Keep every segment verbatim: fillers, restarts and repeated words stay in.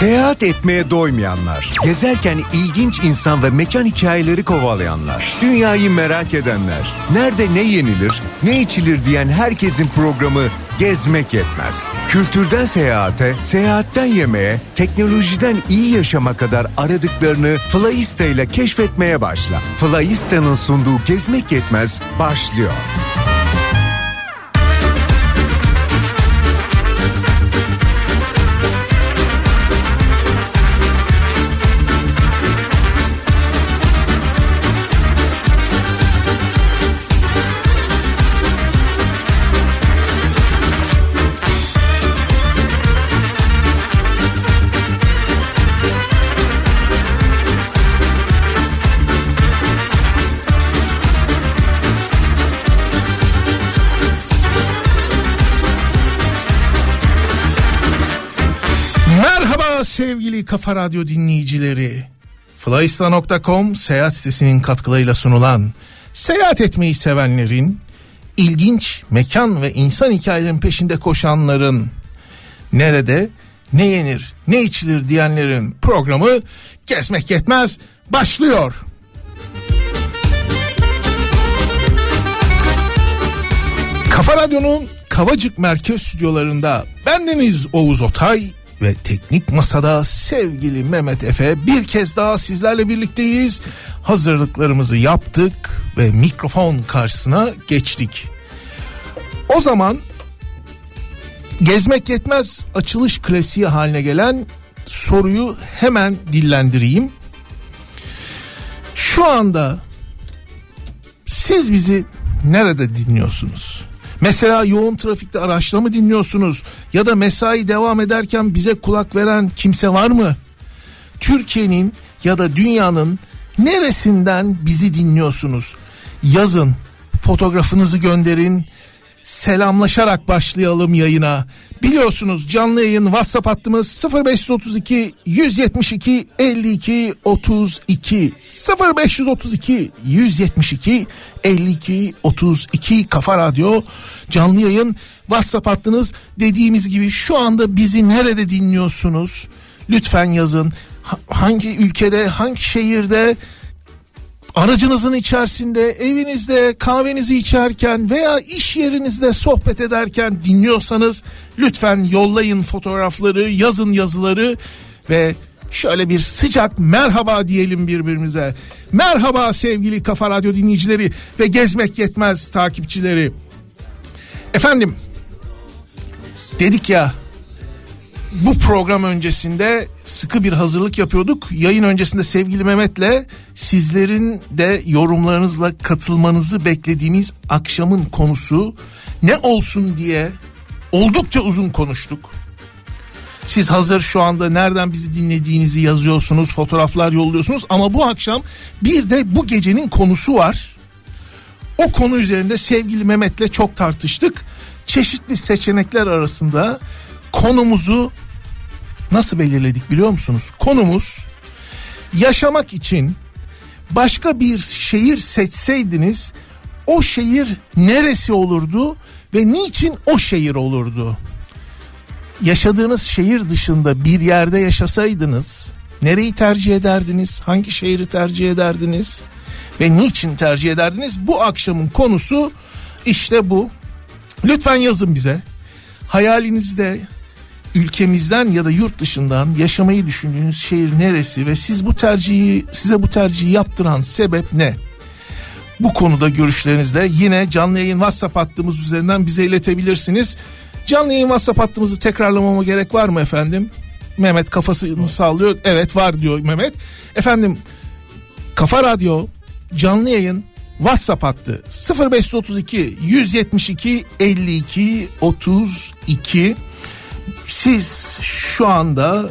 Seyahat etmeye doymayanlar, gezerken ilginç insan ve mekan hikayeleri kovalayanlar, dünyayı merak edenler, nerede ne yenilir, ne içilir diyen herkesin programı Gezmek Yetmez. Kültürden seyahate, seyahatten yemeğe, teknolojiden iyi yaşama kadar aradıklarını Flyista ile keşfetmeye başla. Flyista'nın sunduğu Gezmek Yetmez başlıyor. Sevgili Kafa Radyo dinleyicileri, Flyista nokta com seyahat sitesinin katkılarıyla sunulan, seyahat etmeyi sevenlerin, ilginç mekan ve insan hikayelerin peşinde koşanların, nerede ne yenir ne içilir diyenlerin programı Gezmek Yetmez başlıyor. Kafa Radyo'nun Kavacık Merkez Stüdyolarında bendeniz Oğuz Otay ve teknik masada sevgili Mehmet Efe, bir kez daha sizlerle birlikteyiz. Hazırlıklarımızı yaptık ve mikrofon karşısına geçtik. O zaman Gezmek Yetmez açılış klasiği haline gelen soruyu hemen dillendireyim. Şu anda siz bizi nerede dinliyorsunuz? Mesela yoğun trafikte araçla mı dinliyorsunuz? Ya da mesai devam ederken bize kulak veren kimse var mı? Türkiye'nin ya da dünyanın neresinden bizi dinliyorsunuz? Yazın, fotoğrafınızı gönderin, selamlaşarak başlayalım yayına. Biliyorsunuz canlı yayın WhatsApp hattımız sıfır beş otuz iki yüz yetmiş iki elli iki otuz iki sıfır beş otuz iki yüz yetmiş iki elli iki otuz iki Kafa Radyo canlı yayın WhatsApp hattınız. Dediğimiz gibi şu anda bizi nerede dinliyorsunuz? Lütfen yazın. Hangi ülkede, hangi şehirde, aracınızın içerisinde, evinizde kahvenizi içerken veya iş yerinizde sohbet ederken dinliyorsanız lütfen yollayın fotoğrafları, yazın yazıları ve şöyle bir sıcak merhaba diyelim birbirimize. Merhaba sevgili Kafa Radyo dinleyicileri ve Gezmek Yetmez takipçileri. Efendim, dedik ya, bu program öncesinde sıkı bir hazırlık yapıyorduk. Yayın öncesinde sevgili Mehmet'le sizlerin de yorumlarınızla katılmanızı beklediğimiz akşamın konusu ne olsun diye oldukça uzun konuştuk. Siz hazır şu anda nereden bizi dinlediğinizi yazıyorsunuz, fotoğraflar yolluyorsunuz ama bu akşam bir de bu gecenin konusu var. O konu üzerinde sevgili Mehmet'le çok tartıştık. Çeşitli seçenekler arasında konumuzu nasıl belirledik biliyor musunuz? Konumuz, yaşamak için başka bir şehir seçseydiniz o şehir neresi olurdu ve niçin o şehir olurdu? Yaşadığınız şehir dışında bir yerde yaşasaydınız nereyi tercih ederdiniz? Hangi şehri tercih ederdiniz? Ve niçin tercih ederdiniz? Bu akşamın konusu işte bu. Lütfen yazın bize. Hayalinizde ülkemizden ya da yurt dışından yaşamayı düşündüğünüz şehir neresi ve siz bu tercihi size bu tercihi yaptıran sebep ne? Bu konuda görüşlerinizle yine canlı yayın WhatsApp hattımız üzerinden bize iletebilirsiniz. Canlı yayın WhatsApp hattımızı tekrarlamama gerek var mı efendim? Mehmet kafasını sallıyor. Evet var diyor Mehmet. Efendim, Kafa Radyo canlı yayın WhatsApp hattı sıfır beş otuz iki yüz yetmiş iki elli iki otuz iki. Siz şu anda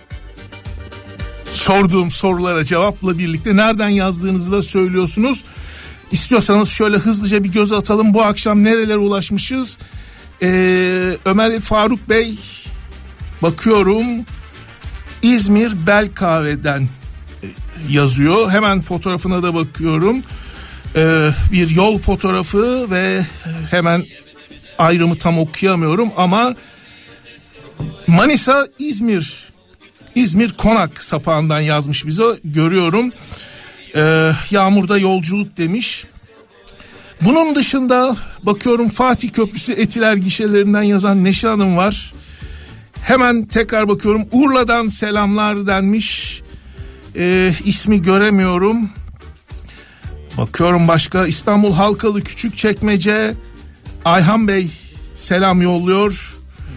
sorduğum sorulara cevapla birlikte nereden yazdığınızı da söylüyorsunuz. İstiyorsanız şöyle hızlıca bir göz atalım. Bu akşam nerelere ulaşmışız? Ee, Ömer Faruk Bey, bakıyorum İzmir Belkahve'den yazıyor. Hemen fotoğrafına da bakıyorum. Ee, bir yol fotoğrafı ve hemen ayrımı tam okuyamıyorum ama Manisa, İzmir İzmir Konak sapağından yazmış bize, görüyorum. Ee, yağmurda yolculuk demiş. Bunun dışında bakıyorum Fatih Köprüsü Etiler gişelerinden yazan Neşe Hanım var. Hemen tekrar bakıyorum, Urla'dan selamlar denmiş. Ee, ismi göremiyorum. Bakıyorum başka, İstanbul Halkalı Küçükçekmece Ayhan Bey selam yolluyor.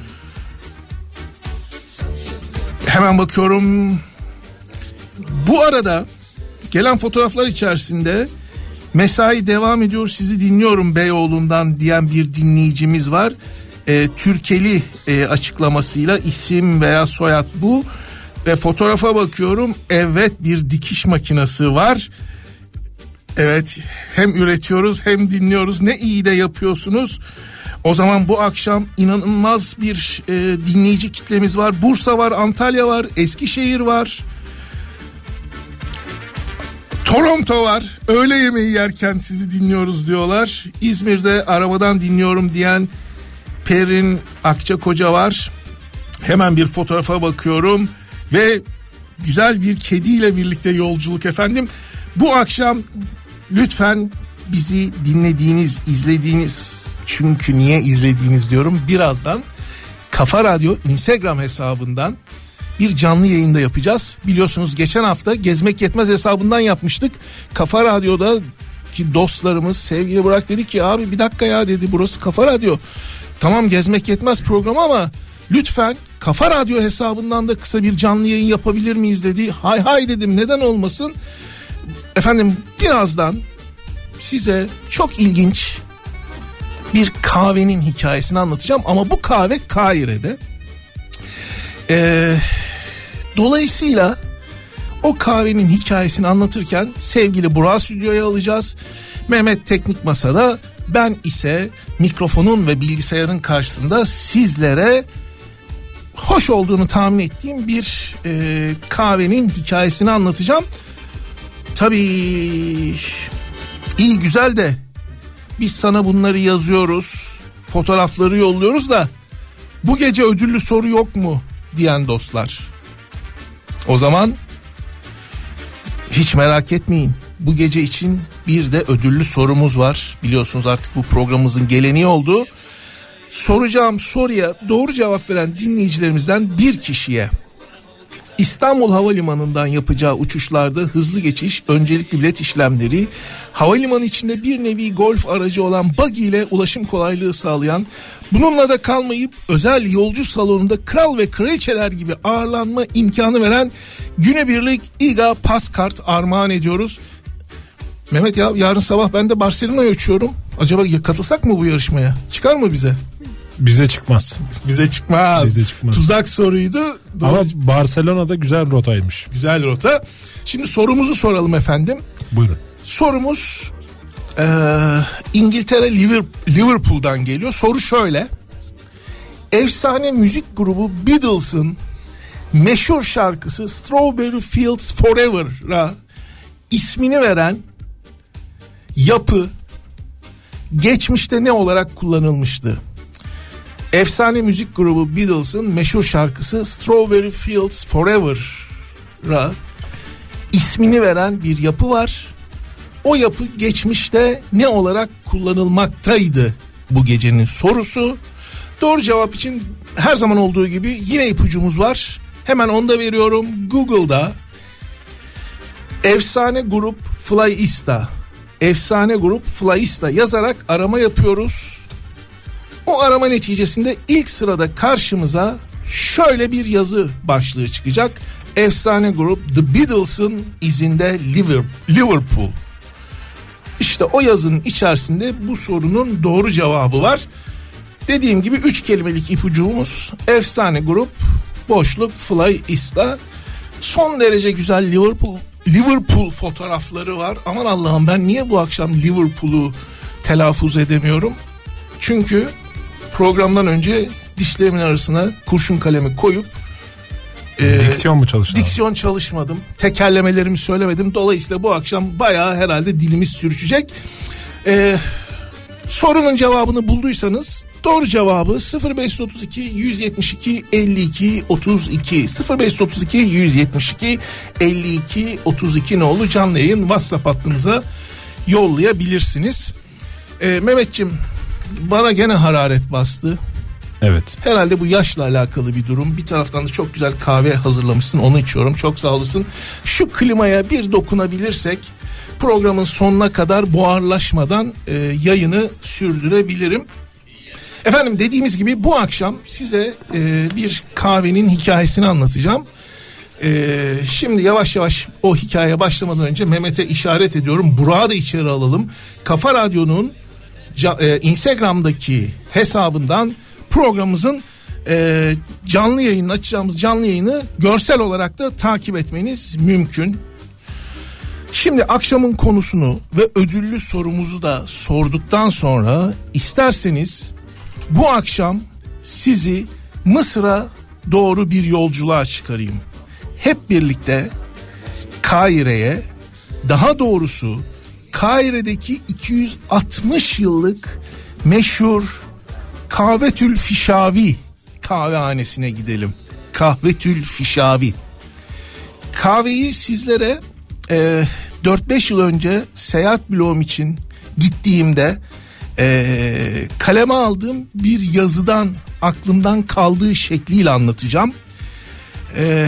Hemen bakıyorum. Bu arada gelen fotoğraflar içerisinde mesai devam ediyor, sizi dinliyorum Beyoğlu'ndan diyen bir dinleyicimiz var. E, Türkeli e, açıklamasıyla isim veya soyad bu. Ve fotoğrafa bakıyorum, evet bir dikiş makinesi var. Evet, hem üretiyoruz hem dinliyoruz, ne iyi de yapıyorsunuz. O zaman bu akşam inanılmaz bir e, dinleyici kitlemiz var. Bursa var, Antalya var, Eskişehir var. Toronto var. Öğle yemeği yerken sizi dinliyoruz diyorlar. İzmir'de arabadan dinliyorum diyen Perin Akçakoca var. Hemen bir fotoğrafa bakıyorum ve güzel bir kediyle birlikte yolculuk efendim. Bu akşam lütfen bizi dinlediğiniz, izlediğiniz, çünkü niye izlediğiniz diyorum, birazdan Kafa Radyo Instagram hesabından bir canlı yayında yapacağız. Biliyorsunuz geçen hafta Gezmek Yetmez hesabından yapmıştık. Kafa Radyo'da ki dostlarımız, sevgili Burak dedi ki abi bir dakika ya dedi, burası Kafa Radyo. Tamam Gezmek Yetmez programı ama lütfen Kafa Radyo hesabından da kısa bir canlı yayın yapabilir miyiz dedi. Hay hay dedim, neden olmasın. Efendim birazdan size çok ilginç bir kahvenin hikayesini anlatacağım ama bu kahve Kahire'de. Ee, dolayısıyla o kahvenin hikayesini anlatırken sevgili Burak'ı stüdyoya alacağız. Mehmet teknik masada, ben ise mikrofonun ve bilgisayarın karşısında sizlere hoş olduğunu tahmin ettiğim bir e, kahvenin hikayesini anlatacağım. Tabii iyi güzel de biz sana bunları yazıyoruz, fotoğrafları yolluyoruz da bu gece ödüllü soru yok mu diyen dostlar. O zaman hiç merak etmeyin. Bu gece için bir de ödüllü sorumuz var. Biliyorsunuz artık bu programımızın geleneği oldu. Soracağım soruya doğru cevap veren dinleyicilerimizden bir kişiye İstanbul Havalimanı'ndan yapacağı uçuşlarda hızlı geçiş, öncelikli bilet işlemleri, havalimanı içinde bir nevi golf aracı olan buggy ile ulaşım kolaylığı sağlayan, bununla da kalmayıp özel yolcu salonunda kral ve kraliçeler gibi ağırlanma imkanı veren günübirlik İGA Paskart armağan ediyoruz. Mehmet ya, yarın sabah ben de Barcelona'ya uçuyorum. Acaba katılsak mı bu yarışmaya? Çıkar mı bize? Bize çıkmaz. Bize çıkmaz. Bize çıkmaz. Tuzak soruydu. Doğru. Ama Barcelona'da güzel rotaymış. Güzel rota. Şimdi sorumuzu soralım efendim. Buyurun. Sorumuz e, İngiltere Liverpool'dan geliyor. Soru şöyle. Efsane müzik grubu Beatles'ın meşhur şarkısı Strawberry Fields Forever'a ismini veren yapı geçmişte ne olarak kullanılmıştı? Efsane müzik grubu Beatles'ın meşhur şarkısı Strawberry Fields Forever'a ismini veren bir yapı var. O yapı geçmişte ne olarak kullanılmaktaydı bu gecenin sorusu. Doğru cevap için her zaman olduğu gibi yine ipucumuz var. Hemen onu da veriyorum. Google'da efsane grup Flyista, efsane grup Flyista yazarak arama yapıyoruz. O arama neticesinde ilk sırada karşımıza şöyle bir yazı başlığı çıkacak. Efsane grup The Beatles'ın izinde Liverpool. İşte o yazının içerisinde bu sorunun doğru cevabı var. Dediğim gibi üç kelimelik ipucumuz efsane grup boşluk Flyista. Son derece güzel Liverpool Liverpool fotoğrafları var. Aman Allah'ım, ben niye bu akşam Liverpool'u telaffuz edemiyorum? Çünkü programdan önce dişlerimin arasına kurşun kalemi koyup e, diksiyon mu çalıştın? Diksiyon çalışmadım. Tekerlemelerimi söylemedim. Dolayısıyla bu akşam bayağı herhalde dilimiz sürçecek. E, Sorunun cevabını bulduysanız doğru cevabı sıfır beş otuz iki yüz yetmiş iki elli iki otuz iki sıfır beş otuz iki yüz yetmiş iki elli iki otuz iki nolu canlı yayın WhatsApp hattımıza yollayabilirsiniz. Ee, Mehmetciğim, bana gene hararet bastı. Evet. Herhalde bu yaşla alakalı bir durum. Bir taraftan da çok güzel kahve hazırlamışsın, onu içiyorum. Çok sağ olasın. Şu klimaya bir dokunabilirsek programın sonuna kadar buharlaşmadan e, yayını sürdürebilirim. Efendim, dediğimiz gibi bu akşam size e, bir kahvenin hikayesini anlatacağım. E, şimdi yavaş yavaş o hikayeye başlamadan önce Mehmet'e işaret ediyorum. Burak'ı da içeri alalım. Kafa Radyo'nun e, Instagram'daki hesabından programımızın e, canlı yayını açacağımız canlı yayını görsel olarak da takip etmeniz mümkün. Şimdi akşamın konusunu ve ödüllü sorumuzu da sorduktan sonra isterseniz bu akşam sizi Mısır'a doğru bir yolculuğa çıkarayım. Hep birlikte Kahire'ye, daha doğrusu Kahire'deki iki yüz altmış yıllık meşhur Kahvetül Fişavi kahvehanesine gidelim. Kahvetül Fişavi. Kahveyi sizlere e, dört beş yıl önce seyahat bloğum için gittiğimde e, kaleme aldığım bir yazıdan aklımdan kaldığı şekliyle anlatacağım. E,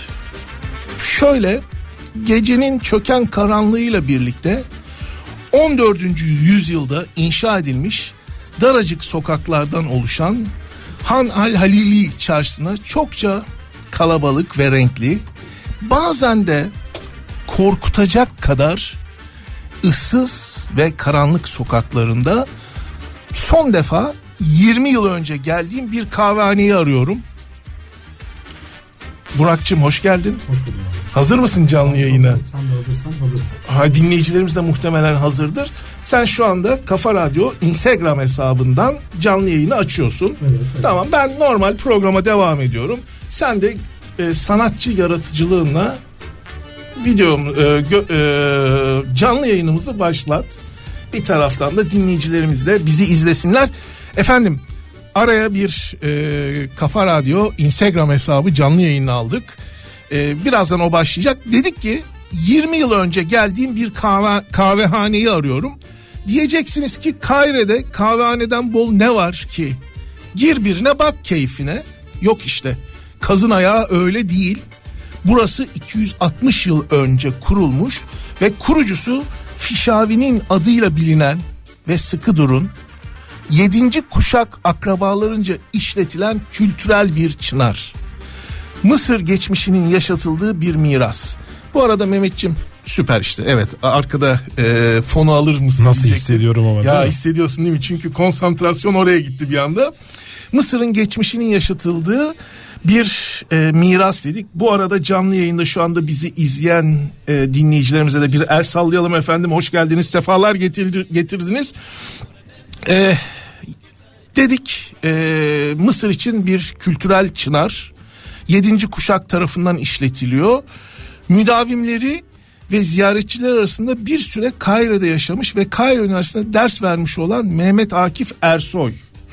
şöyle, gecenin çöken karanlığıyla birlikte on dördüncü yüzyılda inşa edilmiş daracık sokaklardan oluşan Han Al Halili çarşısına çokça kalabalık ve renkli, bazen de korkutacak kadar ıssız ve karanlık sokaklarında son defa yirmi yıl önce geldiğim bir kahvehaneyi arıyorum. Burak'cığım, hoş geldin. Hoş bulduk. Hazır mısın canlı yayına? Sen de hazırsan hazırız. Ha, dinleyicilerimiz de muhtemelen hazırdır. Sen şu anda Kafa Radyo Instagram hesabından canlı yayını açıyorsun. Evet, evet. Tamam, ben normal programa devam ediyorum. Sen de e, sanatçı yaratıcılığınla video e, gö, e, canlı yayınımızı başlat. Bir taraftan da dinleyicilerimiz de bizi izlesinler. Efendim, araya bir e, Kafa Radyo Instagram hesabı canlı yayını aldık. E, birazdan o başlayacak. Dedik ki yirmi yıl önce geldiğim bir kahve, kahvehaneyi arıyorum. Diyeceksiniz ki Kahire'de kahvehaneden bol ne var ki? Gir birine bak keyfine. Yok işte, kazın ayağı öyle değil. Burası iki yüz altmış yıl önce kurulmuş ve kurucusu Fişavi'nin adıyla bilinen ve sıkı durun yedinci kuşak akrabalarınca işletilen kültürel bir çınar. Mısır geçmişinin yaşatıldığı bir miras. Bu arada Mehmetciğim, süper işte, evet, arkada e, fonu alır mısın? Nasıl diyecektim. hissediyorum ama. Ya hissediyorsun değil mi? Çünkü konsantrasyon oraya gitti bir anda. Mısır'ın geçmişinin yaşatıldığı bir e, miras dedik. Bu arada canlı yayında şu anda bizi izleyen e, dinleyicilerimize de bir el sallayalım efendim. Hoş geldiniz, sefalar getir, getirdiniz. E, dedik e, Mısır için bir kültürel çınar. Yedinci kuşak tarafından işletiliyor. Müdavimleri ve ziyaretçiler arasında bir süre Kahire'de yaşamış ve Kahire Üniversitesi'nde ders vermiş olan Mehmet Akif Ersoy,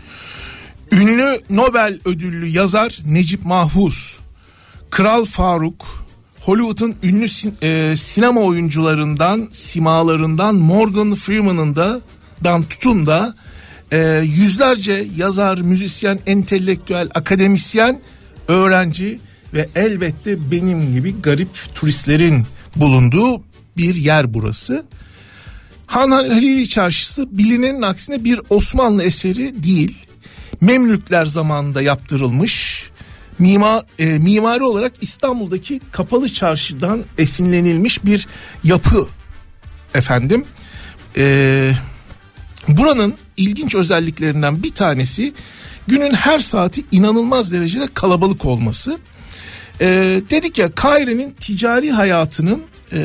ünlü Nobel ödüllü yazar Necip Mahfuz, Kral Faruk, Hollywood'un ünlü sin- e, sinema oyuncularından, simalarından Morgan Freeman'ın da dan tutun da e, yüzlerce yazar, müzisyen, entelektüel, akademisyen, öğrenci ve elbette benim gibi garip turistlerin bulunduğu bir yer burası. Han Halili Çarşısı bilinenin aksine bir Osmanlı eseri değil. Memlükler zamanında yaptırılmış, mimar, e, mimari olarak İstanbul'daki Kapalı Çarşı'dan esinlenilmiş bir yapı efendim. E, buranın ilginç özelliklerinden bir tanesi günün her saati inanılmaz derecede kalabalık olması. E, dedik ya, Kahire'nin ticari hayatının e,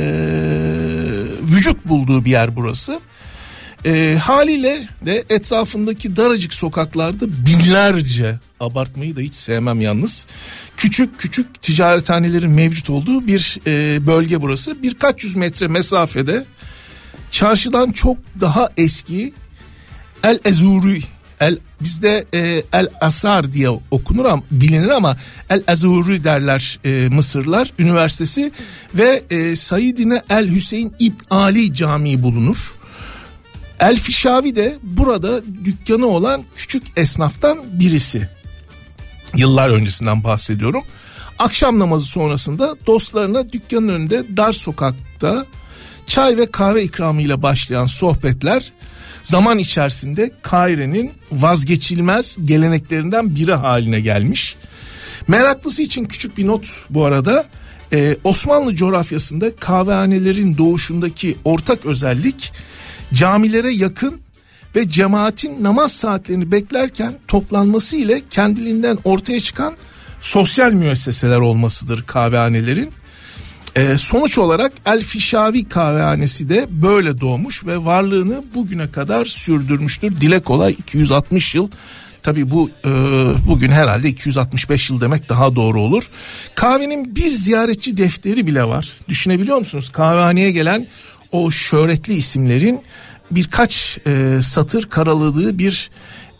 vücut bulduğu bir yer burası. E, haliyle de etrafındaki daracık sokaklarda binlerce, abartmayı da hiç sevmem yalnız, küçük küçük ticarethanelerin mevcut olduğu bir e, bölge burası. Birkaç yüz metre mesafede çarşıdan çok daha eski, El Azuri, El bizde e, El Asar diye okunur ama bilinir ama El Azuri derler e, Mısırlar Üniversitesi ve e, Saidine El Hüseyin İbn Ali Camii bulunur. El Fişavi de burada dükkanı olan küçük esnaftan birisi. Yıllar öncesinden bahsediyorum. Akşam namazı sonrasında dostlarına dükkanın önünde dar sokakta çay ve kahve ikramıyla başlayan sohbetler zaman içerisinde Kahire'nin vazgeçilmez geleneklerinden biri haline gelmiş. Meraklısı için küçük bir not bu arada. Ee, Osmanlı coğrafyasında kahvehanelerin doğuşundaki ortak özellik camilere yakın ve cemaatin namaz saatlerini beklerken toplanması ile kendiliğinden ortaya çıkan sosyal müesseseler olmasıdır kahvehanelerin. Ee, sonuç olarak El Fişavi kahvehanesi de böyle doğmuş ve varlığını bugüne kadar sürdürmüştür. Dile kolay iki yüz altmış yıl. Tabii bu e, bugün herhalde iki yüz altmış beş yıl demek daha doğru olur. Kahvenin bir ziyaretçi defteri bile var. Düşünebiliyor musunuz? Kahvehaneye gelen o şöhretli isimlerin birkaç e, satır karaladığı bir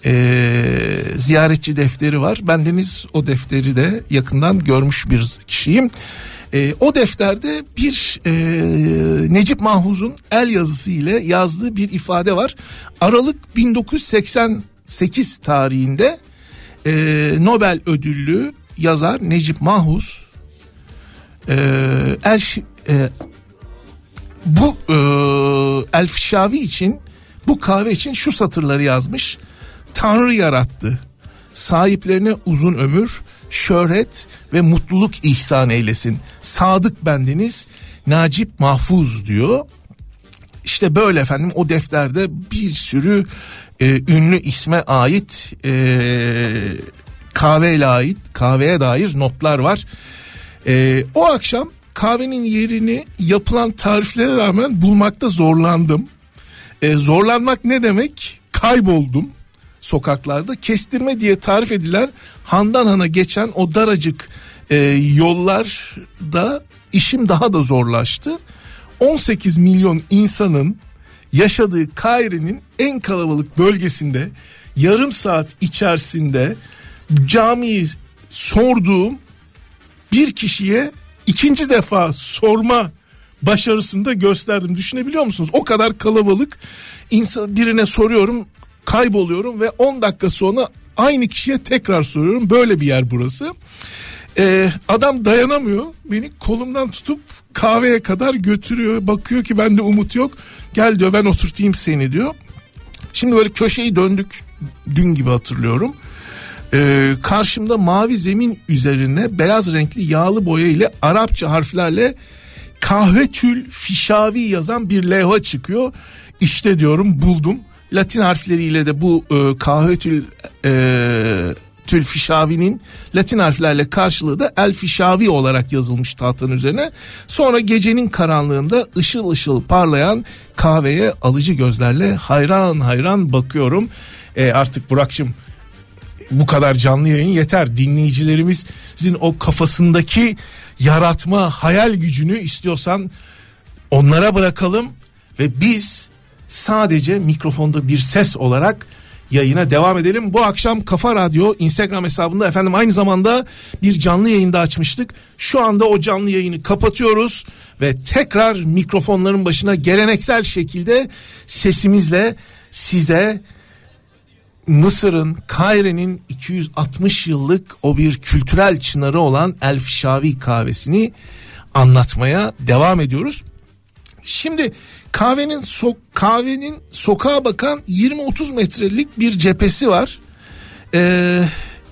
e, ziyaretçi defteri var. Bendeniz o defteri de yakından görmüş bir kişiyim. E, o defterde bir e, Necip Mahfuz'un el yazısı ile yazdığı bir ifade var. Aralık bin dokuz yüz seksen sekiz tarihinde e, Nobel ödüllü yazar Necip Mahfuz e, el e, bu e, El Fişavi için, bu kahve için şu satırları yazmış. Tanrı yarattı, sahiplerine uzun ömür, şöhret ve mutluluk ihsan eylesin. Sadık bendeniz Necip Mahfuz diyor. İşte böyle efendim, o defterde bir sürü e, ünlü isme ait e, kahveyle ait kahveye dair notlar var. E, o akşam kahvenin yerini yapılan tariflere rağmen bulmakta zorlandım. E, zorlanmak ne demek? Kayboldum sokaklarda. Kestirme diye tarif edilen handan hana geçen o daracık e, yollarda işim daha da zorlaştı. on sekiz milyon insanın yaşadığı Kahire'nin en kalabalık bölgesinde yarım saat içerisinde camiyi sorduğum bir kişiye ikinci defa sorma başarısında gösterdim. Düşünebiliyor musunuz? O kadar kalabalık, insan, birine soruyorum, kayboluyorum ve on dakika sonra aynı kişiye tekrar soruyorum. Böyle bir yer burası. Ee, adam dayanamıyor. Beni kolumdan tutup kahveye kadar götürüyor. Bakıyor ki bende umut yok. Gel diyor, ben oturtayım seni diyor. Şimdi böyle köşeyi döndük, dün gibi hatırlıyorum. Ee, karşımda mavi zemin üzerine beyaz renkli yağlı boya ile Arapça harflerle Kahvetül Fişavi yazan bir levha çıkıyor. İşte diyorum, buldum. Latin harfleriyle de bu e, Kahvetül e, Tül Fişavi'nin Latin harflerle karşılığı da El Fişavi olarak yazılmış tahtanın üzerine. Sonra gecenin karanlığında ışıl ışıl parlayan kahveye alıcı gözlerle hayran hayran bakıyorum. E, artık Burak'cığım, bu kadar canlı yayın yeter. Dinleyicilerimizin o kafasındaki yaratma hayal gücünü istiyorsan onlara bırakalım ve biz sadece mikrofonda bir ses olarak yayına devam edelim. Bu akşam Kafa Radyo Instagram hesabında efendim aynı zamanda bir canlı yayında açmıştık. Şu anda o canlı yayını kapatıyoruz ve tekrar mikrofonların başına geleneksel şekilde sesimizle size Mısır'ın, Kahire'nin iki yüz altmış yıllık o bir kültürel çınarı olan El Fişavi kahvesini anlatmaya devam ediyoruz. Şimdi kahvenin so- kahvenin sokağa bakan yirmi otuz metrelik bir cephesi var. Ee,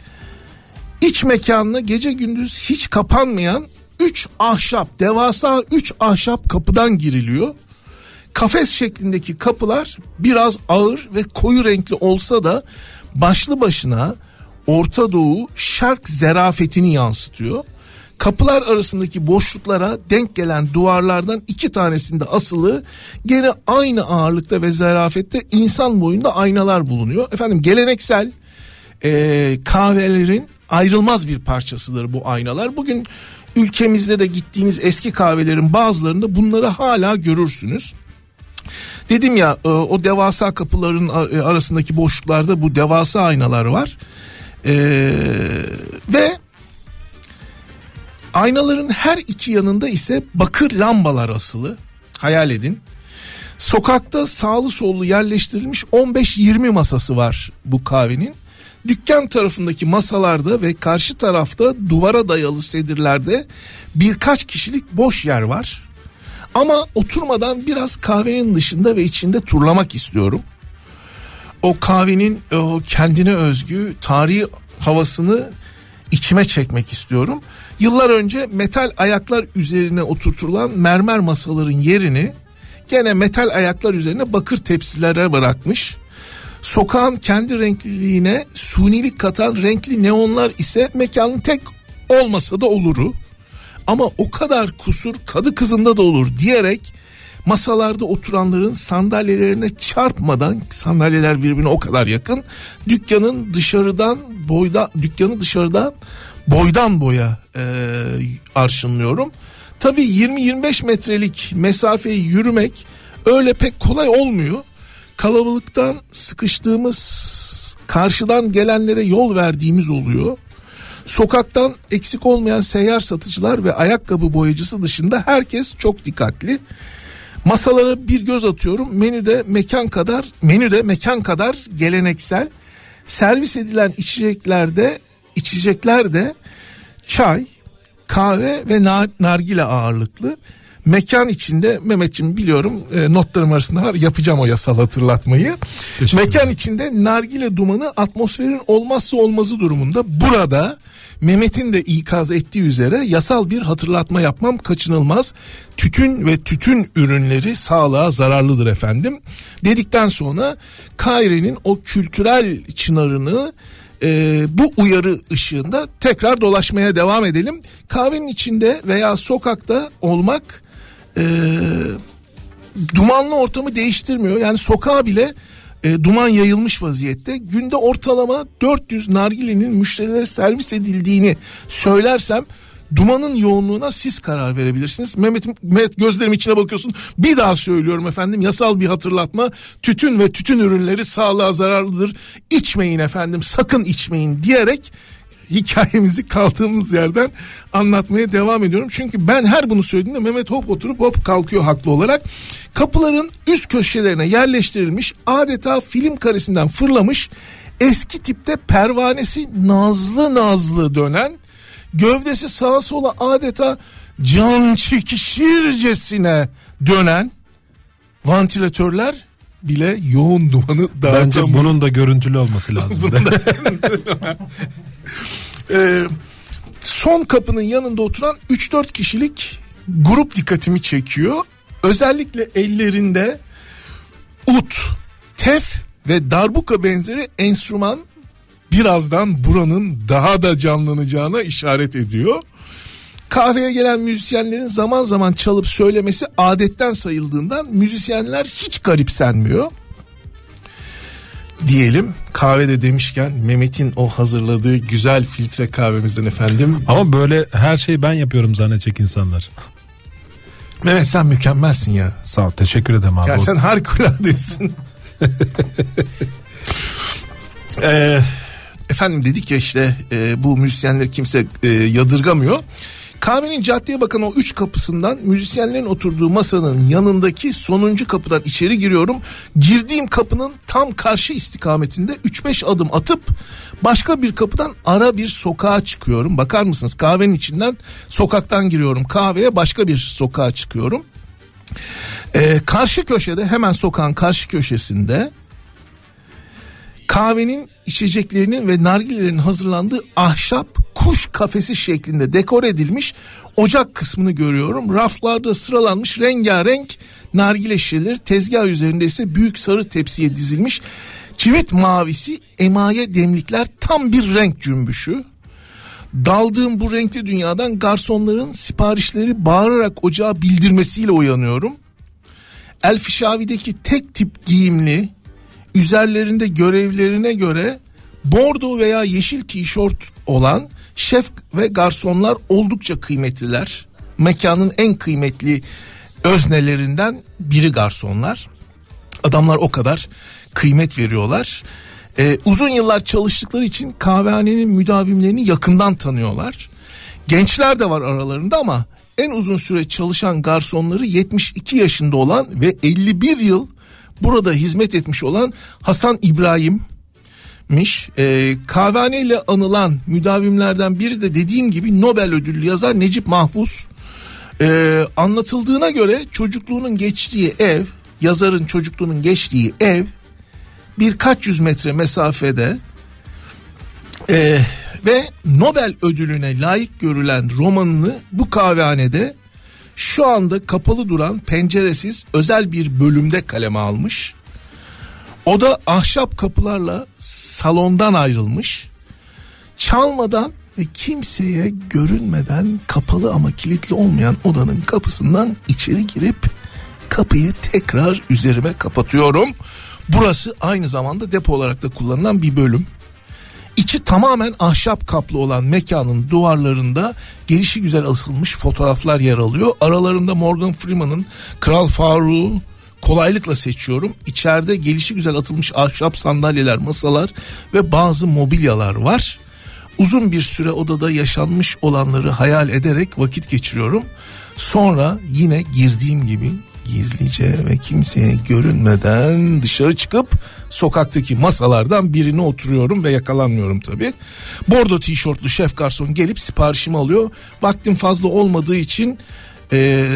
iç mekanına gece gündüz hiç kapanmayan üç ahşap, devasa üç ahşap kapıdan giriliyor. Kafes şeklindeki kapılar biraz ağır ve koyu renkli olsa da başlı başına Orta Doğu şark zerafetini yansıtıyor. Kapılar arasındaki boşluklara denk gelen duvarlardan iki tanesinde asılı, gene aynı ağırlıkta ve zarafette insan boyunda aynalar bulunuyor. Efendim geleneksel e, kahvelerin ayrılmaz bir parçasıdır bu aynalar. Bugün ülkemizde de gittiğiniz eski kahvelerin bazılarında bunları hala görürsünüz. Dedim ya, o devasa kapıların arasındaki boşluklarda bu devasa aynalar var. Ee, ve aynaların her iki yanında ise bakır lambalar asılı. Hayal edin. Sokakta sağlı sollu yerleştirilmiş on beş yirmi masası var bu kahvenin. Dükkan tarafındaki masalarda ve karşı tarafta duvara dayalı sedirlerde birkaç kişilik boş yer var. Ama oturmadan biraz kahvenin dışında ve içinde turlamak istiyorum. O kahvenin o kendine özgü tarihi havasını içime çekmek istiyorum. Yıllar önce metal ayaklar üzerine oturtulan mermer masaların yerini gene metal ayaklar üzerine bakır tepsilere bırakmış. Sokağın kendi renkliliğine sunilik katan renkli neonlar ise mekanın tek olmasa da oluru. Ama o kadar kusur kadı kızında da olur diyerek masalarda oturanların sandalyelerine çarpmadan, sandalyeler birbirine o kadar yakın, dükkanın dışarıdan boyda dükkanı dışarıdan boydan boya e, arşınlıyorum. Tabii yirmi yirmi beş metrelik mesafeyi yürümek öyle pek kolay olmuyor. Kalabalıktan sıkıştığımız, karşıdan gelenlere yol verdiğimiz oluyor. Sokaktan eksik olmayan seyyar satıcılar ve ayakkabı boyacısı dışında herkes çok dikkatli. Masalara bir göz atıyorum. Menüde mekan kadar, menüde mekan kadar geleneksel. Servis edilen içeceklerde, içecekler de çay, kahve ve nar, nargile ağırlıklı. Mekan içinde, Mehmetciğim biliyorum e, notlarım arasında var, yapacağım o yasal hatırlatmayı. Mekan içinde nargile dumanı atmosferin olmazsa olmazı durumunda. Burada Mehmet'in de ikaz ettiği üzere yasal bir hatırlatma yapmam kaçınılmaz. Tütün ve tütün ürünleri sağlığa zararlıdır efendim. Dedikten sonra Kaire'nin o kültürel çınarını Ee, bu uyarı ışığında tekrar dolaşmaya devam edelim. Kahvenin içinde veya sokakta olmak e, dumanlı ortamı değiştirmiyor. Yani sokağa bile e, duman yayılmış vaziyette. Günde ortalama dört yüz nargilenin müşterilere servis edildiğini söylersem dumanın yoğunluğuna siz karar verebilirsiniz. Mehmet, Mehmet gözlerim içine bakıyorsun. Bir daha söylüyorum efendim, yasal bir hatırlatma. Tütün ve tütün ürünleri sağlığa zararlıdır. İçmeyin efendim, sakın içmeyin diyerek hikayemizi kaldığımız yerden anlatmaya devam ediyorum. Çünkü ben her bunu söylediğimde Mehmet hop oturup hop kalkıyor haklı olarak. Kapıların üst köşelerine yerleştirilmiş, adeta film karesinden fırlamış eski tipte pervanesi nazlı nazlı dönen, gövdesi sağa sola adeta can çekişircesine dönen vantilatörler bile yoğun dumanı dağıtamıyor. Bence bunun da görüntülü olması lazım. ee, son kapının yanında oturan üç dört kişilik grup dikkatimi çekiyor. Özellikle ellerinde ut, tef ve darbuka benzeri enstrüman birazdan buranın daha da canlanacağına işaret ediyor. Kahveye gelen müzisyenlerin zaman zaman çalıp söylemesi adetten sayıldığından müzisyenler hiç garipsenmiyor. Diyelim, kahvede demişken Mehmet'in o hazırladığı güzel filtre kahvemizden efendim. Ama böyle her şeyi ben yapıyorum zannedecek insanlar. Mehmet sen mükemmelsin ya. Sağ ol, teşekkür ederim abi. Ya sen harikuladesin. Eee Efendim dedik ya işte e, bu müzisyenleri kimse e, yadırgamıyor. Kahvenin caddeye bakan o üç kapısından müzisyenlerin oturduğu masanın yanındaki sonuncu kapıdan içeri giriyorum. Girdiğim kapının tam karşı istikametinde üç beş adım atıp başka bir kapıdan ara bir sokağa çıkıyorum. Bakar mısınız, kahvenin içinden sokaktan giriyorum kahveye, başka bir sokağa çıkıyorum. E, karşı köşede, hemen sokağın karşı köşesinde kahvenin, içeceklerinin ve nargilelerin hazırlandığı ahşap kuş kafesi şeklinde dekor edilmiş ocak kısmını görüyorum. Raflarda sıralanmış rengarenk nargile şişeleri, tezgah üzerinde ise büyük sarı tepsiye dizilmiş çivit mavisi emaye demlikler, tam bir renk cümbüşü. Daldığım bu renkli dünyadan garsonların siparişleri bağırarak ocağa bildirmesiyle uyanıyorum. El Fişavi'deki tek tip giyimli, üzerlerinde görevlerine göre bordo veya yeşil tişört olan şef ve garsonlar oldukça kıymetliler. Mekanın en kıymetli öznelerinden biri garsonlar. Adamlar o kadar kıymet veriyorlar. Ee, uzun yıllar çalıştıkları için kahvehanenin müdavimlerini yakından tanıyorlar. Gençler de var aralarında ama en uzun süre çalışan garsonları yetmiş iki yaşında olan ve elli bir yıl burada hizmet etmiş olan Hasan İbrahim'miş. Ee, kahvehaneyle anılan müdavimlerden biri de dediğim gibi Nobel ödüllü yazar Necip Mahfuz. Ee, anlatıldığına göre çocukluğunun geçtiği ev, yazarın çocukluğunun geçtiği ev birkaç yüz metre mesafede e, ve Nobel ödülüne layık görülen romanını bu kahvehanede şu anda kapalı duran penceresiz özel bir bölümde kaleme almış. O da ahşap kapılarla salondan ayrılmış. Çalmadan ve kimseye görünmeden kapalı ama kilitli olmayan odanın kapısından içeri girip kapıyı tekrar üzerime kapatıyorum. Burası aynı zamanda depo olarak da kullanılan bir bölüm. İçi tamamen ahşap kaplı olan mekanın duvarlarında gelişigüzel asılmış fotoğraflar yer alıyor. Aralarında Morgan Freeman'ın Kral Faruk'u kolaylıkla seçiyorum. İçeride gelişigüzel atılmış ahşap sandalyeler, masalar ve bazı mobilyalar var. Uzun bir süre odada yaşanmış olanları hayal ederek vakit geçiriyorum. Sonra yine girdiğim gibi gizlice ve kimseye görünmeden dışarı çıkıp sokaktaki masalardan birine oturuyorum ve yakalanmıyorum tabii. Bordo tişörtlü şef garson gelip siparişimi alıyor. Vaktim fazla olmadığı için ee,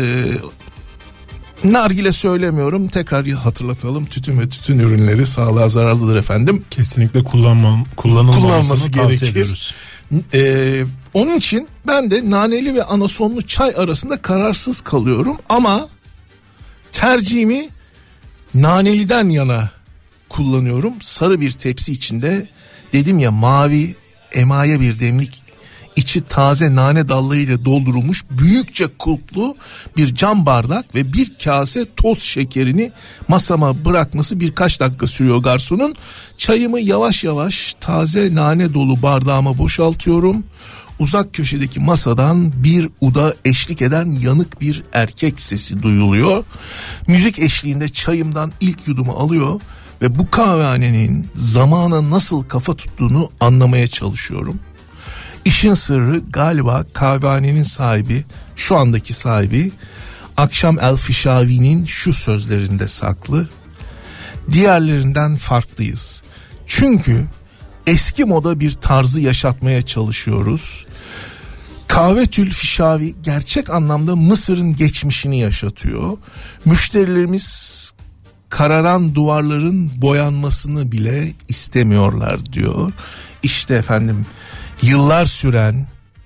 nargile söylemiyorum. Tekrar hatırlatalım. Tütün ve tütün ürünleri sağlığa zararlıdır efendim. Kesinlikle kullanmam, kullanılmaması gerekir. Ee, onun için ben de naneli ve anasonlu çay arasında kararsız kalıyorum ama tercihimi naneliden yana kullanıyorum. Sarı bir tepsi içinde dedim ya mavi emaye bir demlik, içi taze nane dallarıyla doldurulmuş büyükçe kulplu bir cam bardak ve bir kase toz şekerini masama bırakması birkaç dakika sürüyor garsonun. Çayımı yavaş yavaş taze nane dolu bardağıma boşaltıyorum. Uzak köşedeki masadan bir uda eşlik eden yanık bir erkek sesi duyuluyor. Müzik eşliğinde çayımdan ilk yudumu alıyor ve bu kahvehanenin zamana nasıl kafa tuttuğunu anlamaya çalışıyorum. İşin sırrı galiba kahvehanenin sahibi, şu andaki sahibi Akşam El-Fişavi'nin şu sözlerinde saklı. Diğerlerinden farklıyız. Çünkü eski moda bir tarzı yaşatmaya çalışıyoruz. Kahvetül Fişavi gerçek anlamda Mısır'ın geçmişini yaşatıyor. Müşterilerimiz kararan duvarların boyanmasını bile istemiyorlar diyor. İşte efendim yıllar süren,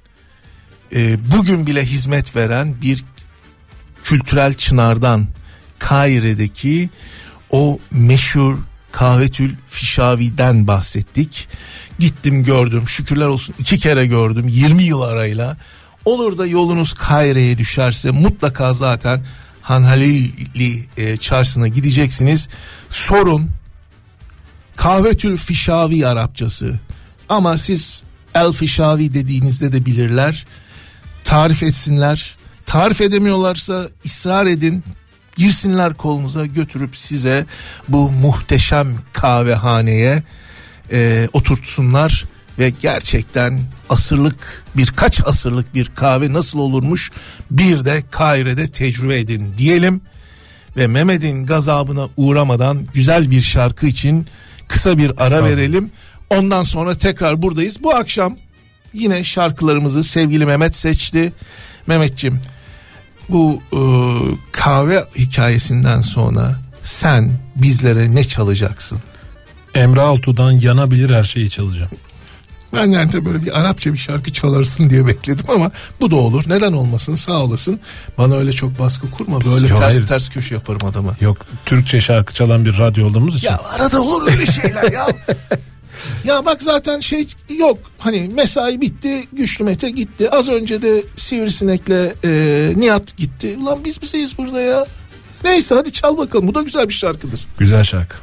e, bugün bile hizmet veren bir kültürel çınardan, Kahire'deki o meşhur Kahvetül Fişavi'den bahsettik. Gittim gördüm, şükürler olsun iki kere gördüm yirmi yıl arayla. Olur da yolunuz Kahire'ye düşerse mutlaka zaten Han Halili e, çarşısına gideceksiniz. Sorun Kahvetül Fişavi Arapçası, ama siz El Fişavi dediğinizde de bilirler. Tarif etsinler. Tarif edemiyorlarsa ısrar edin. Girsinler kolunuza, götürüp size bu muhteşem kahvehaneye e, oturtsunlar ve gerçekten asırlık, birkaç asırlık bir kahve nasıl olurmuş bir de Kahire'de tecrübe edin diyelim ve Mehmet'in gazabına uğramadan güzel bir şarkı için kısa bir ara verelim. Ondan sonra tekrar buradayız. Bu akşam yine şarkılarımızı sevgili Mehmet seçti. Mehmetciğim, bu e, kahve hikayesinden sonra sen bizlere ne çalacaksın? Emre Altuğ'dan Yanabilir Her Şeyi çalacağım. Ben yani de böyle bir Arapça bir şarkı çalarsın diye bekledim ama bu da olur. Neden olmasın, sağ olasın. Bana öyle çok baskı kurma. Böyle Yo, ters hayır. ters köşe yaparım adama. Yok, Türkçe şarkı çalan bir radyo olduğumuz için. Ya arada olur öyle şeyler ya. Ya bak zaten şey yok, hani mesai bitti, Güçlü Mete gitti, az önce de Sivrisinek'le e, Nihat gitti. Ulan biz bizeyiz burada ya. Neyse hadi çal bakalım, bu da güzel bir şarkıdır. Güzel şarkı.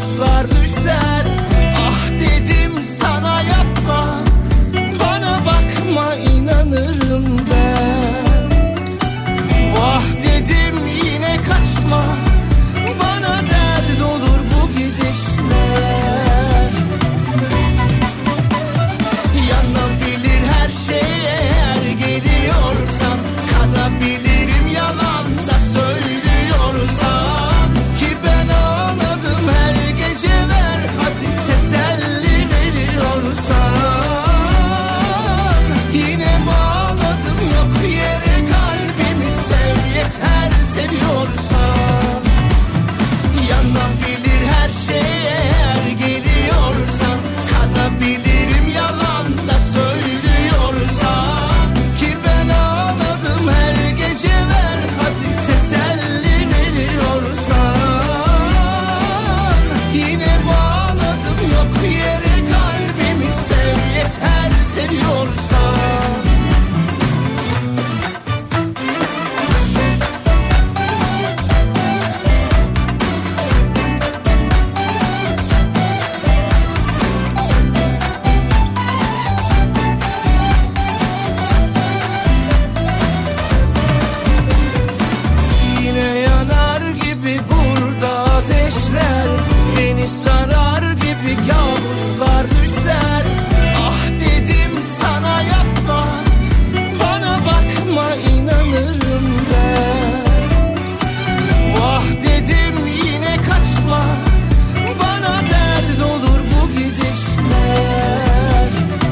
kabuslar düşler. Ah dedim sana yapma, bana bakma inanırım ben. Vah dedim yine kaçma, bana dert olur bu gidişler. Yanabilir her şey eğer geliyorsan, kanabilirim yalan da söylüyorsan. Ki ben ağladım her gece, ver hadi teselli veriyorsan. Yine bağladım yok yere kalbimi, sev yeter seviyorsan. Yanabilir her şey eğer geliyorsan, kanabilirim yalan da söylüyorsan. Ki ben ağladım her gece, ver hadi teselli veriyorsan. Yine bağladım yok yere kalbimi, sev yeter seviyorsan. Yine yanar gibi burada ateşler, beni sarar gibi kabuslar düşler. Ah dedim sana yapma, bana bakma inanırım ben. Vah dedim yine kaçma, bana dert olur bu gidişler.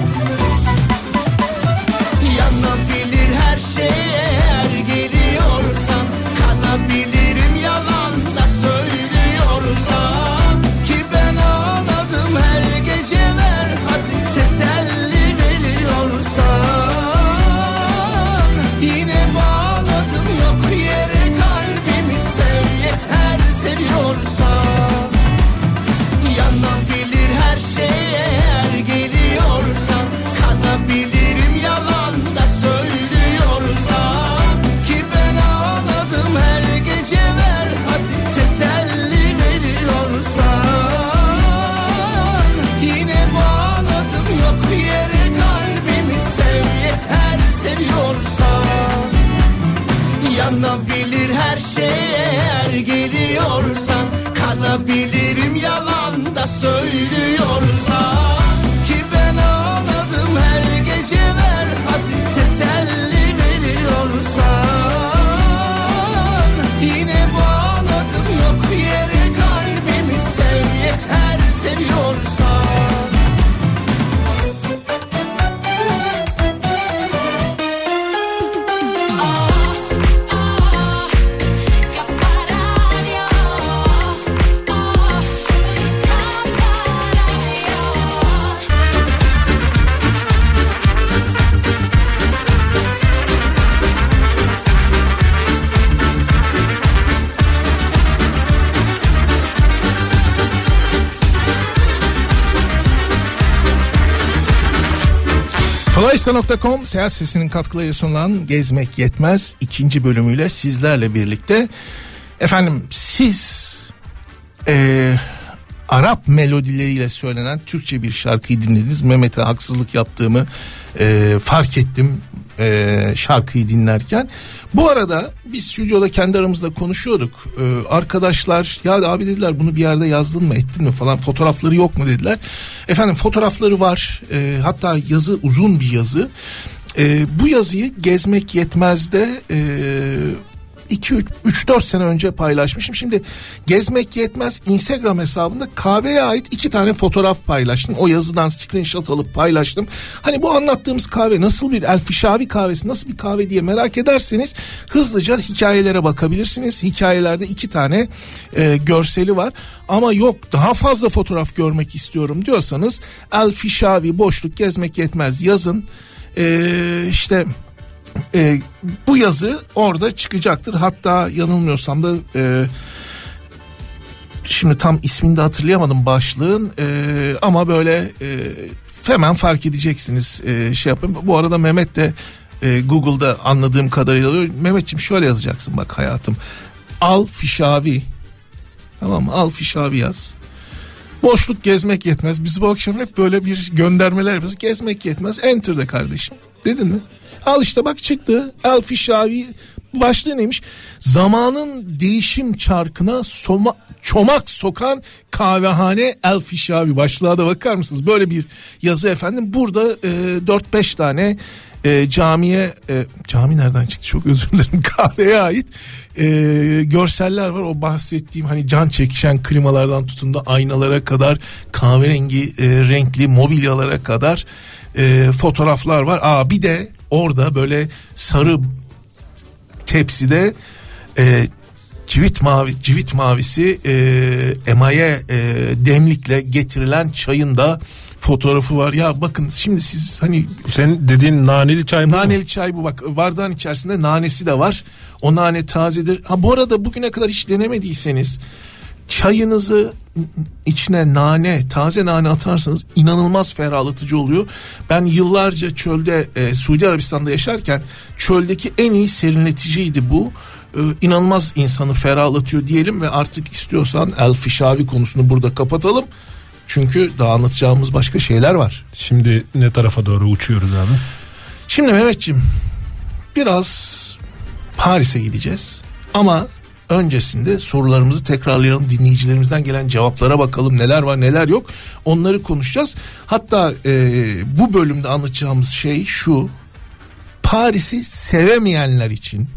Yanabilir her şey eğer geliyorsan, kanabilirim yalan da söylüyorsan. Ki ben ağladım her gece, ver hadi teselli veriyorsan. Yine bağladım yok yere kalbimi, sev yeter seviyorsan. Yanabilir her şey eğer geliyorsan, kanabilirim yalan da söylüyorsan. Ki ben ağladım her gece, ver hadi teselli veriyorsan. Yine bağladım yok yere kalbimi, sev yeter seviyorsan. Yanabilir her şey eğer geliyorsan, kanabilirim yalan da söylüyorsan. Ki ben ağladım her gece, ver hadi teselli veriyorsan. Yine bağladım yok yere kalbimi, sev yeter seviyorsan. Flysta nokta com seyahat sesinin katkıları sunulan Gezmek Yetmez ikinci bölümüyle sizlerle birlikte. Efendim siz e, Arap melodileriyle söylenen Türkçe bir şarkıyı dinlediniz. Mehmet'e haksızlık yaptığımı e, fark ettim e, şarkıyı dinlerken. Bu arada biz stüdyoda kendi aramızda konuşuyorduk. Ee, arkadaşlar ya abi dediler, bunu bir yerde yazdın mı ettin mi falan, fotoğrafları yok mu dediler. Efendim fotoğrafları var. Ee, hatta yazı uzun bir yazı. Ee, bu yazıyı Gezmek Yetmez'de e, iki üç dört sene önce paylaşmışım. Şimdi Gezmek Yetmez Instagram hesabında kahveye ait iki tane fotoğraf paylaştım. O yazıdan screenshot alıp paylaştım. Hani bu anlattığımız kahve nasıl bir El Fişavi kahvesi, nasıl bir kahve diye merak ederseniz hızlıca hikayelere bakabilirsiniz. Hikayelerde iki tane e, görseli var. Ama yok daha fazla fotoğraf görmek istiyorum diyorsanız El Fişavi boşluk Gezmek Yetmez yazın. Ee, işte e, bu yazı orada çıkacaktır. Hatta yanılmıyorsam da e, şimdi tam ismini de hatırlayamadım başlığın e, ama böyle e, hemen fark edeceksiniz, e, şey yapın. Bu arada Mehmet de e, Google'da anladığım kadarıyla Mehmetciğim şöyle yazacaksın bak hayatım, Al Fişavi, tamam mı? Al Fişavi yaz. Boşluk gezmek yetmez. Biz bu akşam hep böyle bir göndermeler yapıyoruz. Gezmek yetmez. Enter de kardeşim. Dedin mi? Al işte bak çıktı. El Fişavi başlığı neymiş? Zamanın değişim çarkına soma, çomak sokan kahvehane El Fişavi. Başlığa da bakar mısınız? Böyle bir yazı efendim. Burada e, dört beş tane e, camiye e, cami nereden çıktı? Çok özür dilerim. Kahveye ait e, görseller var. O bahsettiğim hani can çekişen klimalardan tutun da aynalara kadar, kahverengi e, renkli mobilyalara kadar e, fotoğraflar var. Aa bir de orada böyle sarı tepside e, civit mavi civit mavisi e, emaye e, demlikle getirilen çayın da fotoğrafı var. Ya bakın şimdi siz hani senin dediğin naneli çay mı? Naneli çay bu, bak bardağın içerisinde nanesi de var. O nane tazedir. Ha bu arada bugüne kadar hiç denemediyseniz çayınızı içine nane, taze nane atarsanız inanılmaz ferahlatıcı oluyor. Ben yıllarca çölde e, Suudi Arabistan'da yaşarken çöldeki en iyi serinleticiydi bu. E, inanılmaz insanı ferahlatıyor diyelim ve artık istiyorsan El Fişavi konusunu burada kapatalım. Çünkü daha anlatacağımız başka şeyler var. Şimdi ne tarafa doğru uçuyoruz abi? Şimdi Mehmetciğim biraz Paris'e gideceğiz ama öncesinde sorularımızı tekrarlayalım, dinleyicilerimizden gelen cevaplara bakalım, neler var neler yok, onları konuşacağız. Hatta e, bu bölümde anlatacağımız şey şu: Paris'i sevemeyenler için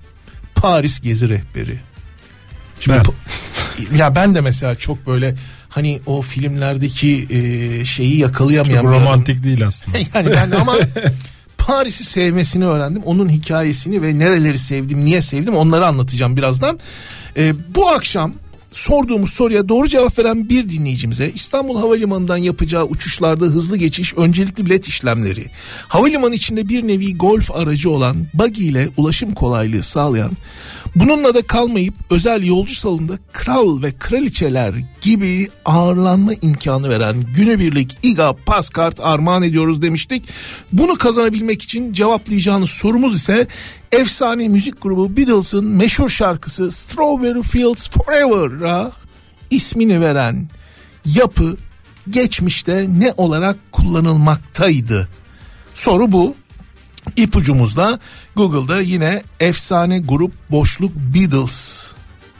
Paris gezi rehberi. Şimdi ben. Ya ben de mesela çok böyle hani o filmlerdeki e, şeyi yakalayamayan, çok romantik değil aslında. Yani ben ama Paris'i sevmesini öğrendim. Onun hikayesini ve nereleri sevdim, niye sevdim onları anlatacağım birazdan. Ee, bu akşam sorduğumuz soruya doğru cevap veren bir dinleyicimize İstanbul Havalimanı'ndan yapacağı uçuşlarda hızlı geçiş, öncelikli bilet işlemleri, havalimanı içinde bir nevi golf aracı olan buggy ile ulaşım kolaylığı sağlayan, bununla da kalmayıp özel yolcu salonunda kral ve kraliçeler gibi ağırlanma imkanı veren günübirlik İ G A Pass Kart armağan ediyoruz demiştik. Bunu kazanabilmek için cevaplayacağınız sorumuz ise efsane müzik grubu Beatles'ın meşhur şarkısı Strawberry Fields Forever'a ismini veren yapı geçmişte ne olarak kullanılmaktaydı? Soru bu. İpucumuzda Google'da yine efsane grup boşluk Beatles.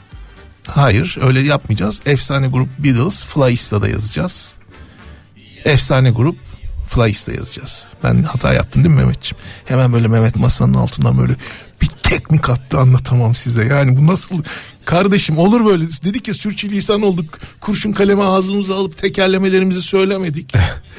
Hayır, öyle yapmayacağız. Efsane grup Beatles Flyista'da yazacağız. Efsane grup Flyista yazacağız. Ben hata yaptım değil mi Mehmetciğim? Hemen böyle Mehmet masanın altından böyle bir teknik attı, anlatamam size. Yani bu nasıl kardeşim, olur böyle. Dedik ya sürçülisan olduk. Kurşun kaleme ağzımıza alıp tekerlemelerimizi söylemedik.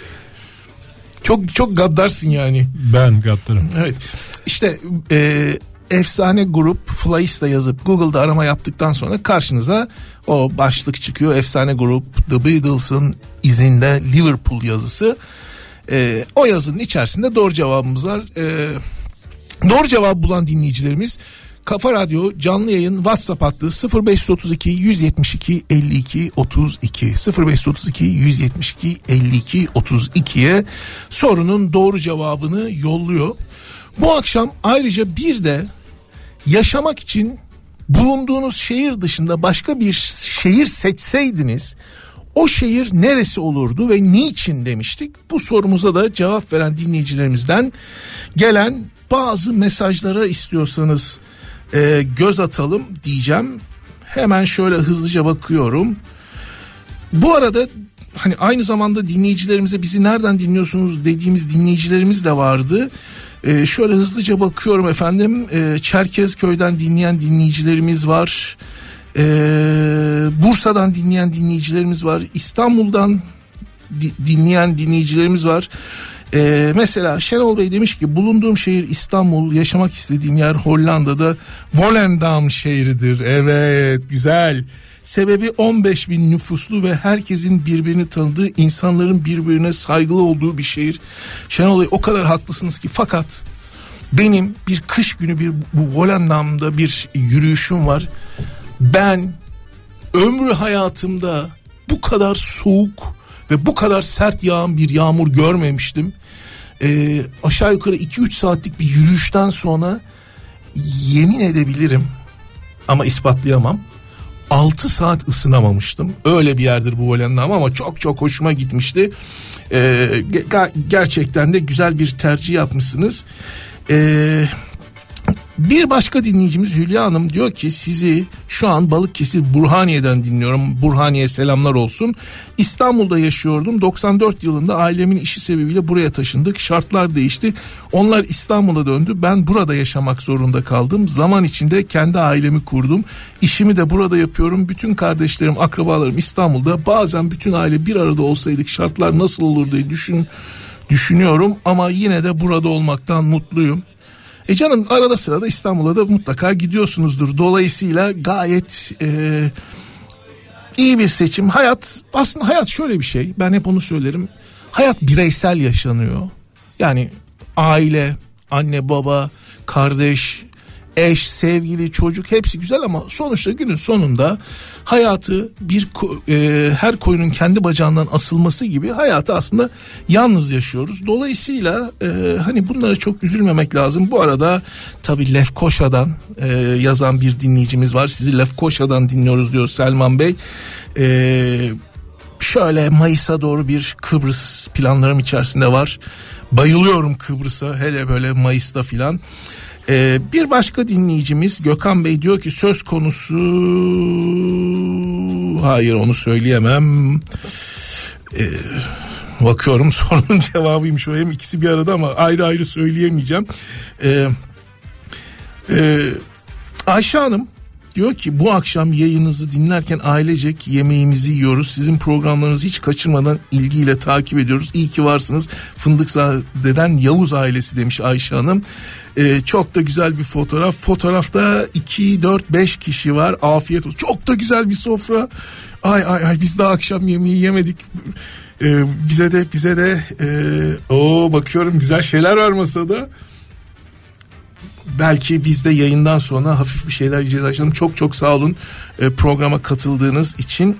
Çok çok gaddarsın yani. Ben gaddarım. Evet. İşte e, efsane grup Flyista yazıp Google'da arama yaptıktan sonra karşınıza o başlık çıkıyor. Efsane grup The Beatles'ın izinde Liverpool yazısı. E, o yazının içerisinde doğru cevabımız var. E, doğru cevabı bulan dinleyicilerimiz Kafa Radyo canlı yayın WhatsApp hattı sıfır beş otuz iki yüz yetmiş iki elli iki otuz iki sıfır beş otuz iki yüz yetmiş iki elli iki otuz ikiye sorunun doğru cevabını yolluyor. Bu akşam ayrıca bir de yaşamak için bulunduğunuz şehir dışında başka bir şehir seçseydiniz o şehir neresi olurdu ve niçin demiştik. Bu sorumuza da cevap veren dinleyicilerimizden gelen bazı mesajlara istiyorsanız e, göz atalım diyeceğim. Hemen şöyle hızlıca bakıyorum. Bu arada hani aynı zamanda dinleyicilerimize bizi nereden dinliyorsunuz dediğimiz dinleyicilerimiz de vardı. Ee, şöyle hızlıca bakıyorum efendim. Ee, Çerkezköy'den dinleyen dinleyicilerimiz var. Ee, Bursa'dan dinleyen dinleyicilerimiz var. İstanbul'dan di- dinleyen dinleyicilerimiz var. Ee, mesela Şenol Bey demiş ki bulunduğum şehir İstanbul, yaşamak istediğim yer Hollanda'da Volendam şehridir. Evet, güzel. Sebebi on beş bin nüfuslu ve herkesin birbirini tanıdığı, insanların birbirine saygılı olduğu bir şehir. Şenol Bey o kadar haklısınız ki, fakat benim bir kış günü bir bu Volendam'da bir yürüyüşüm var. Ben ömrü hayatımda bu kadar soğuk ve bu kadar sert yağan bir yağmur görmemiştim. Ee, aşağı yukarı iki üç saatlik bir yürüyüşten sonra yemin edebilirim ama ispatlayamam, altı saat ısınamamıştım. Öyle bir yerdir bu Volendam ama çok çok hoşuma gitmişti. Ee, ge- gerçekten de güzel bir tercih yapmışsınız. Ee, bir başka dinleyicimiz Hülya Hanım diyor ki sizi şu an Balıkesir Burhaniye'den dinliyorum. Burhaniye selamlar olsun. İstanbul'da yaşıyordum. doksan dört yılında ailemin işi sebebiyle buraya taşındık. Şartlar değişti. Onlar İstanbul'a döndü. Ben burada yaşamak zorunda kaldım. Zaman içinde kendi ailemi kurdum. İşimi de burada yapıyorum. Bütün kardeşlerim, akrabalarım İstanbul'da. Bazen bütün aile bir arada olsaydık şartlar nasıl olur diye düşün, düşünüyorum. Ama yine de burada olmaktan mutluyum. E canım arada sırada İstanbul'a da mutlaka gidiyorsunuzdur. Dolayısıyla gayet e, iyi bir seçim. Hayat aslında hayat şöyle bir şey. Ben hep onu söylerim. Hayat bireysel yaşanıyor. Yani aile, anne, baba, kardeş, eş, sevgili, çocuk hepsi güzel ama sonuçta günün sonunda hayatı bir e, her koyunun kendi bacağından asılması gibi hayatı aslında yalnız yaşıyoruz. Dolayısıyla e, hani bunlara çok üzülmemek lazım. Bu arada tabii Lefkoşa'dan e, yazan bir dinleyicimiz var. Sizi Lefkoşa'dan dinliyoruz diyor Selman Bey. E, şöyle Mayıs'a doğru bir Kıbrıs planlarım içerisinde var. Bayılıyorum Kıbrıs'a, hele böyle Mayıs'ta filan. Ee, bir başka dinleyicimiz Gökhan Bey diyor ki söz konusu, hayır onu söyleyemem. Ee, bakıyorum sorunun cevabıymış o, hem ikisi bir arada ama ayrı ayrı söyleyemeyeceğim. Ee, e, Ayşe Hanım diyor ki bu akşam yayınınızı dinlerken ailecek yemeğimizi yiyoruz. Sizin programlarınızı hiç kaçırmadan ilgiyle takip ediyoruz. İyi ki varsınız. Fındıkzade'den Yavuz ailesi demiş Ayşe Hanım. Ee, çok da güzel bir fotoğraf. Fotoğrafta iki, dört, beş kişi var. Afiyet olsun. Çok da güzel bir sofra. Ay ay ay biz daha akşam yemeği yemedik. Ee, bize de bize de e, o bakıyorum güzel şeyler var masada. Belki biz de yayından sonra hafif bir şeyler yiyeceğiz açalım. Çok çok sağ olun e, programa katıldığınız için.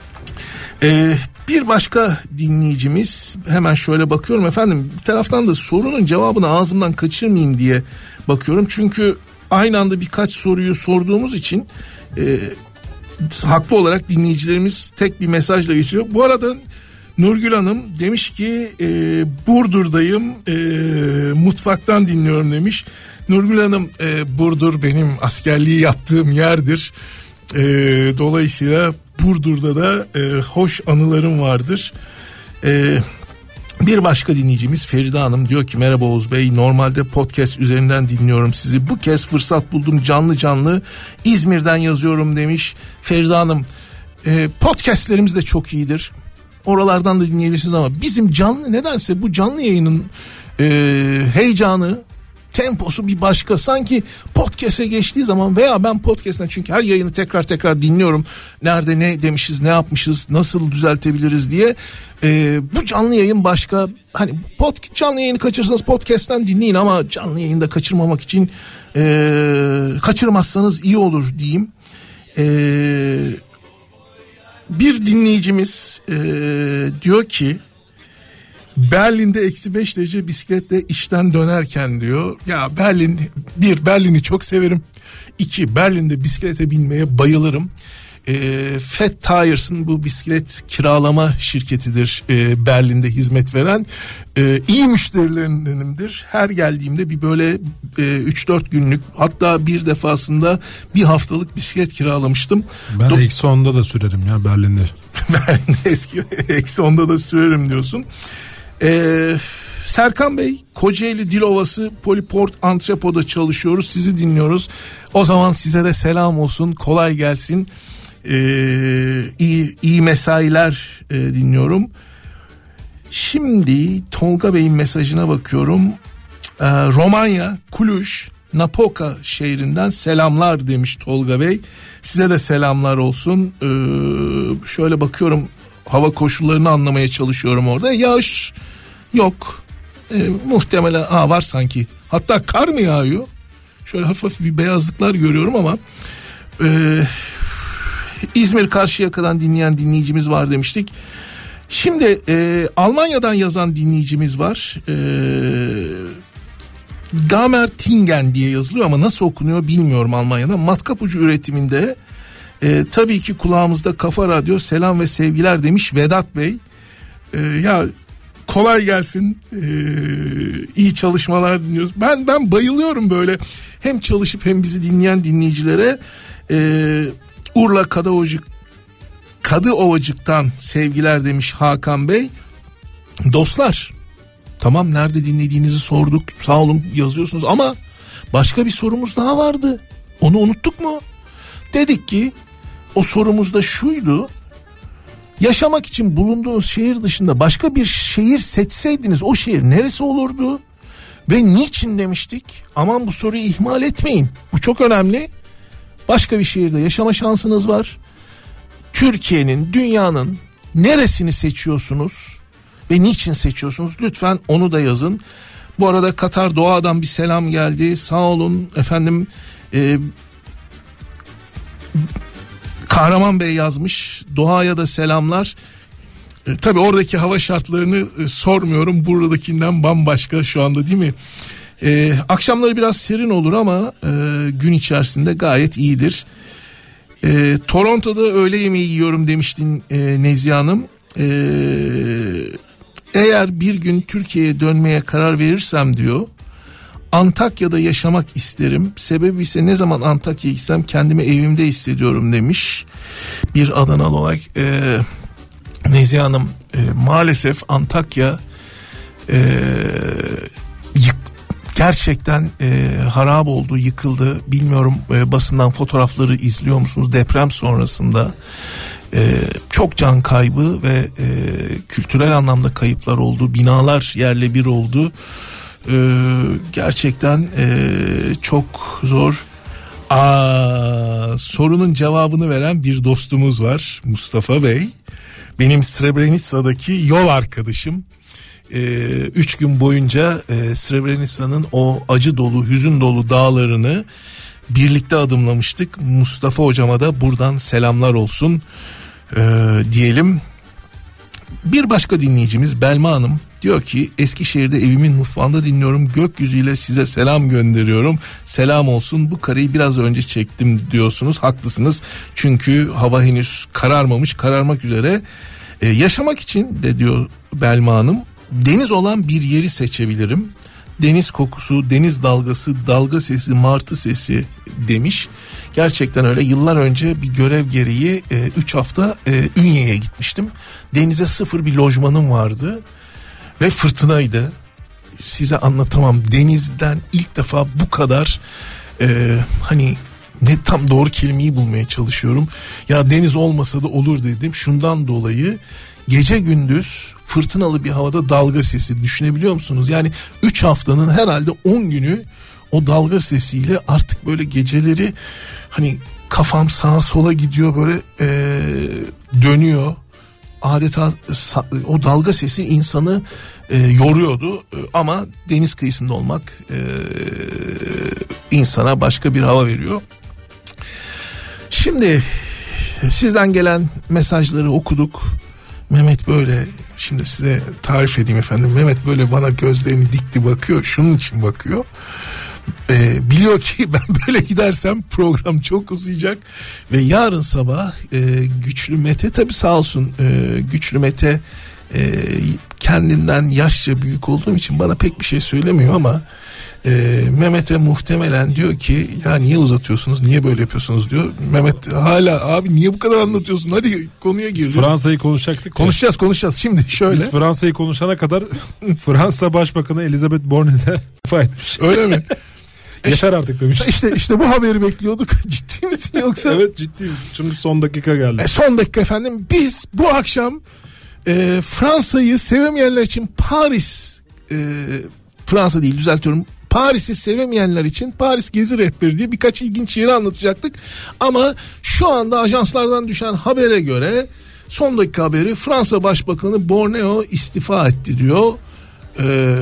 E, bir başka dinleyicimiz, hemen şöyle bakıyorum efendim. Bir taraftan da sorunun cevabını ağzımdan kaçırmayayım diye bakıyorum. Çünkü aynı anda birkaç soruyu sorduğumuz için e, haklı olarak dinleyicilerimiz tek bir mesajla geçiyor. Bu arada Nurgül Hanım demiş ki e, Burdur'dayım, e, mutfaktan dinliyorum demiş. Nurgül Hanım e, Burdur benim askerliği yaptığım yerdir. E, dolayısıyla Burdur'da da e, hoş anılarım vardır. E, bir başka dinleyicimiz Feride Hanım diyor ki merhaba Oğuz Bey, normalde podcast üzerinden dinliyorum sizi. Bu kez fırsat buldum, canlı canlı İzmir'den yazıyorum demiş. Feride Hanım e, podcastlerimiz de çok iyidir. Oralardan da dinleyebilirsiniz ama bizim canlı nedense bu canlı yayının e, heyecanı, temposu bir başka. Sanki podcast'e geçtiği zaman veya ben podcast'ten, çünkü her yayını tekrar tekrar dinliyorum. Nerede ne demişiz, ne yapmışız, nasıl düzeltebiliriz diye. E, bu canlı yayın başka. Hani pod, canlı yayını kaçırırsanız podcast'ten dinleyin ama canlı yayında kaçırmamak için e, kaçırmazsanız iyi olur diyeyim. Eee Bir dinleyicimiz e, diyor ki Berlin'de eksi beş derece bisikletle işten dönerken diyor. Ya Berlin, bir Berlin'i çok severim. İki Berlin'de bisiklete binmeye bayılırım. E, Fat Tires'ın bu bisiklet kiralama şirketidir e, Berlin'de hizmet veren. E, iyi müşterilerindenimdir. Her geldiğimde bir böyle e, üç dört günlük, hatta bir defasında bir haftalık bisiklet kiralamıştım. Ben Do- eksi onda da sürerim ya Berlin'de. Berlin'de eski eksi onda da sürerim diyorsun. Eee Serkan Bey, Kocaeli Dilovası Poliport Antrepo'da çalışıyoruz, sizi dinliyoruz. O zaman size de selam olsun, kolay gelsin. Ee, iyi, iyi mesailer e, dinliyorum. Şimdi Tolga Bey'in mesajına bakıyorum. Ee, Romanya, Cluj, Napoca şehrinden selamlar demiş Tolga Bey. Size de selamlar olsun. Ee, şöyle bakıyorum, hava koşullarını anlamaya çalışıyorum orada. Yağış yok. Ee, muhtemelen aa, var sanki. Hatta kar mı yağıyor? Şöyle hafif hafif bir beyazlıklar görüyorum ama e, İzmir Karşıyaka'dan dinleyen dinleyicimiz var demiştik. Şimdi e, Almanya'dan yazan dinleyicimiz var. E, Gamertingen diye yazılıyor ama nasıl okunuyor bilmiyorum Almanya'da. Matkap ucu üretiminde Ee, tabii ki kulağımızda Kafa Radyo, selam ve sevgiler demiş Vedat Bey. Ee, ya kolay gelsin, ee, iyi çalışmalar dinliyoruz. Ben ben bayılıyorum böyle hem çalışıp hem bizi dinleyen dinleyicilere. Ee, Urla Kadıovacık Kadıovacık'tan sevgiler demiş Hakan Bey. Dostlar, tamam, nerede dinlediğinizi sorduk, sağ olun yazıyorsunuz ama başka bir sorumuz daha vardı. Onu unuttuk mu? Dedik ki o sorumuz da şuydu: yaşamak için bulunduğunuz şehir dışında başka bir şehir seçseydiniz o şehir neresi olurdu ve niçin demiştik. Aman bu soruyu ihmal etmeyin, bu çok önemli. Başka bir şehirde yaşama şansınız var. Türkiye'nin, dünyanın neresini seçiyorsunuz ve niçin seçiyorsunuz? Lütfen onu da yazın. Bu arada Katar Doğa'dan bir selam geldi. Sağ olun efendim. Ee, Kahraman Bey yazmış. Doğa'ya da selamlar. E, tabii oradaki hava şartlarını e, sormuyorum. Buradakinden bambaşka şu anda, değil mi? E, akşamları biraz serin olur ama e, gün içerisinde gayet iyidir. E, Toronto'da öğle yemeği yiyorum demiştin e, Nezihe Hanım. E, eğer bir gün Türkiye'ye dönmeye karar verirsem diyor, Antakya'da yaşamak isterim. Sebebi ise ne zaman Antakya'ya gitsem kendimi evimde hissediyorum demiş. Bir Adanalı olarak e, Nezihe Hanım, e, maalesef Antakya e, yık, gerçekten e, harap oldu, yıkıldı. Bilmiyorum e, basından fotoğrafları izliyor musunuz? Deprem sonrasında e, çok can kaybı ve e, kültürel anlamda kayıplar oldu. Binalar yerle bir oldu. Ee, gerçekten e, çok zor. Aa, sorunun cevabını veren bir dostumuz var, Mustafa Bey. Benim Srebrenica'daki yol arkadaşım. Ee, üç gün boyunca e, Srebrenica'nın o acı dolu, hüzün dolu dağlarını birlikte adımlamıştık. Mustafa hocama da buradan selamlar olsun ee, diyelim. Bir başka dinleyicimiz Belma Hanım diyor ki, Eskişehir'de evimin mutfağında dinliyorum, gökyüzüyle size selam gönderiyorum, selam olsun. Bu kareyi biraz önce çektim diyorsunuz, haklısınız çünkü hava henüz kararmamış, kararmak üzere. Ee, yaşamak için de diyor Belma Hanım, deniz olan bir yeri seçebilirim. Deniz kokusu, deniz dalgası, dalga sesi, martı sesi demiş. Gerçekten öyle. Yıllar önce bir görev gereği üç e, hafta e, Ünye'ye gitmiştim. Denize sıfır bir lojmanım vardı ve fırtınaydı. Size anlatamam. Denizden ilk defa bu kadar e, hani ne tam doğru kelimeyi bulmaya çalışıyorum. Ya deniz olmasa da olur dedim. Şundan dolayı, gece gündüz fırtınalı bir havada dalga sesi, düşünebiliyor musunuz? Yani üç haftanın herhalde on günü o dalga sesiyle artık böyle geceleri hani kafam sağa sola gidiyor, böyle e, dönüyor. Adeta o dalga sesi insanı e, yoruyordu. E, ama deniz kıyısında olmak e, insana başka bir hava veriyor. Şimdi sizden gelen mesajları okuduk. Mehmet böyle, şimdi size tarif edeyim efendim. Mehmet böyle bana gözlerini dikti bakıyor. Şunun için bakıyor. Ee, biliyor ki ben böyle gidersem program çok uzayacak. Ve yarın sabah e, Güçlü Mete, tabii sağ olsun e, Güçlü Mete e, kendinden yaşça büyük olduğum için bana pek bir şey söylemiyor ama e, Mehmet'e muhtemelen diyor ki, ya niye uzatıyorsunuz, niye böyle yapıyorsunuz diyor. Mehmet hala, abi niye bu kadar anlatıyorsun, hadi konuya gir. Fransa'yı konuşacaktık. Konuşacağız konuşacağız şimdi şöyle. Biz Fransa'yı konuşana kadar Fransa Başbakanı Elizabeth Borne'de istifa etmiş. Öyle mi? Yeter artık demiş. İşte işte bu haberi bekliyorduk. Ciddi misin yoksa? Evet, ciddiyim. Şimdi son dakika geldi. E, son dakika efendim. Biz bu akşam e, Fransa'yı sevemeyenler için Paris, e, Fransa değil düzeltiyorum, Paris'i sevemeyenler için Paris Gezi Rehberi diye birkaç ilginç yeri anlatacaktık. Ama şu anda ajanslardan düşen habere göre, son dakika haberi, Fransa Başbakanı Borneo istifa etti diyor. Eee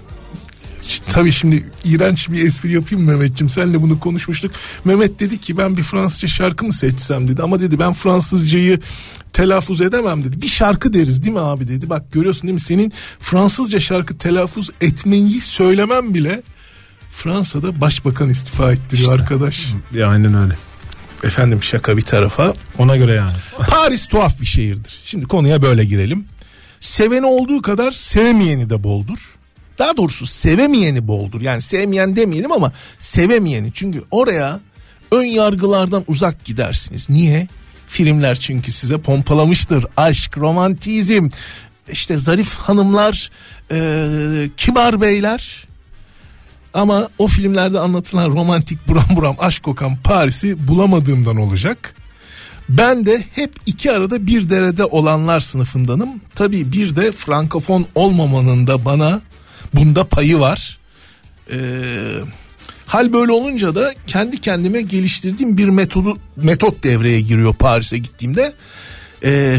Tabii şimdi iğrenç bir espri yapayım Mehmetciğim, senle bunu konuşmuştuk. Mehmet dedi ki, ben bir Fransızca şarkı mı seçsem dedi, ama dedi ben Fransızcayı telaffuz edemem dedi. Bir şarkı deriz değil mi abi dedi. Bak görüyorsun değil mi, senin Fransızca şarkı telaffuz etmeyi söylemem bile Fransa'da başbakan istifa ettiriyor işte, arkadaş. Ya aynen öyle. Efendim şaka bir tarafa. Ona göre yani. Paris tuhaf bir şehirdir. Şimdi konuya böyle girelim. Seveni olduğu kadar sevmeyeni de boldur. Daha doğrusu sevemeyeni boldur. Yani sevmeyen demeyelim ama sevemeyeni. Çünkü oraya ön yargılardan uzak gidersiniz. Niye? Filmler çünkü size pompalamıştır. Aşk, romantizm, işte zarif hanımlar, e, kibar beyler. Ama o filmlerde anlatılan romantik buram buram aşk kokan Paris'i bulamadığımdan olacak. Ben de hep iki arada bir derede olanlar sınıfındanım. Tabii bir de frankofon olmamanın da bana bunda payı var. Ee, hal böyle olunca da kendi kendime geliştirdiğim bir metodu metot devreye giriyor Paris'e gittiğimde. Ee,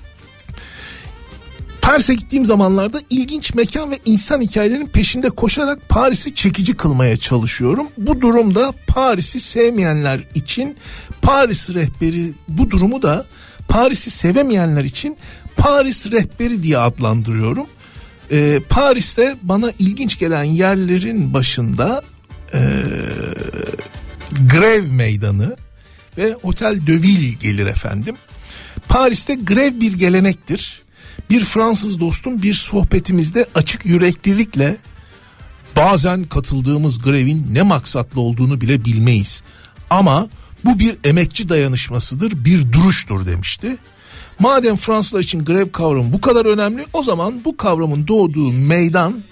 Paris'e gittiğim zamanlarda ilginç mekan ve insan hikayelerinin peşinde koşarak Paris'i çekici kılmaya çalışıyorum. Bu durumda Paris'i sevmeyenler için Paris rehberi, bu durumu da Paris'i sevemeyenler için Paris rehberi diye adlandırıyorum. Ee, Paris'te bana ilginç gelen yerlerin başında ee, Grev Meydanı ve Hotel de Ville gelir efendim. Paris'te grev bir gelenektir. Bir Fransız dostum bir sohbetimizde açık yüreklilikle bazen katıldığımız grevin ne maksatlı olduğunu bile bilmeyiz. Ama bu bir emekçi dayanışmasıdır, bir duruştur demişti. Madem Fransızlar için grev kavramı bu kadar önemli, o zaman bu kavramın doğduğu meydan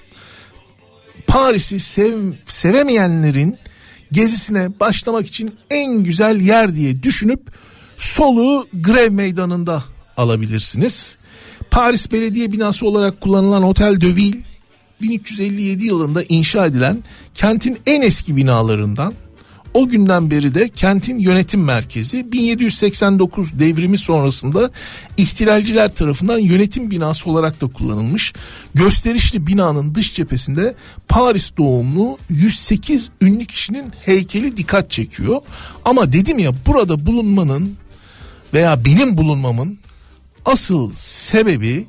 Paris'i sev, sevemeyenlerin gezisine başlamak için en güzel yer diye düşünüp soluğu grev meydanında alabilirsiniz. Paris Belediye binası olarak kullanılan Hotel de Ville bin üç yüz elli yedi yılında inşa edilen kentin en eski binalarından. O günden beri de kentin yönetim merkezi. bin yedi yüz seksen dokuz devrimi sonrasında ihtilalciler tarafından yönetim binası olarak da kullanılmış. Gösterişli binanın dış cephesinde Paris doğumlu yüz sekiz ünlü kişinin heykeli dikkat çekiyor. Ama dedim ya, burada bulunmanın veya benim bulunmamın asıl sebebi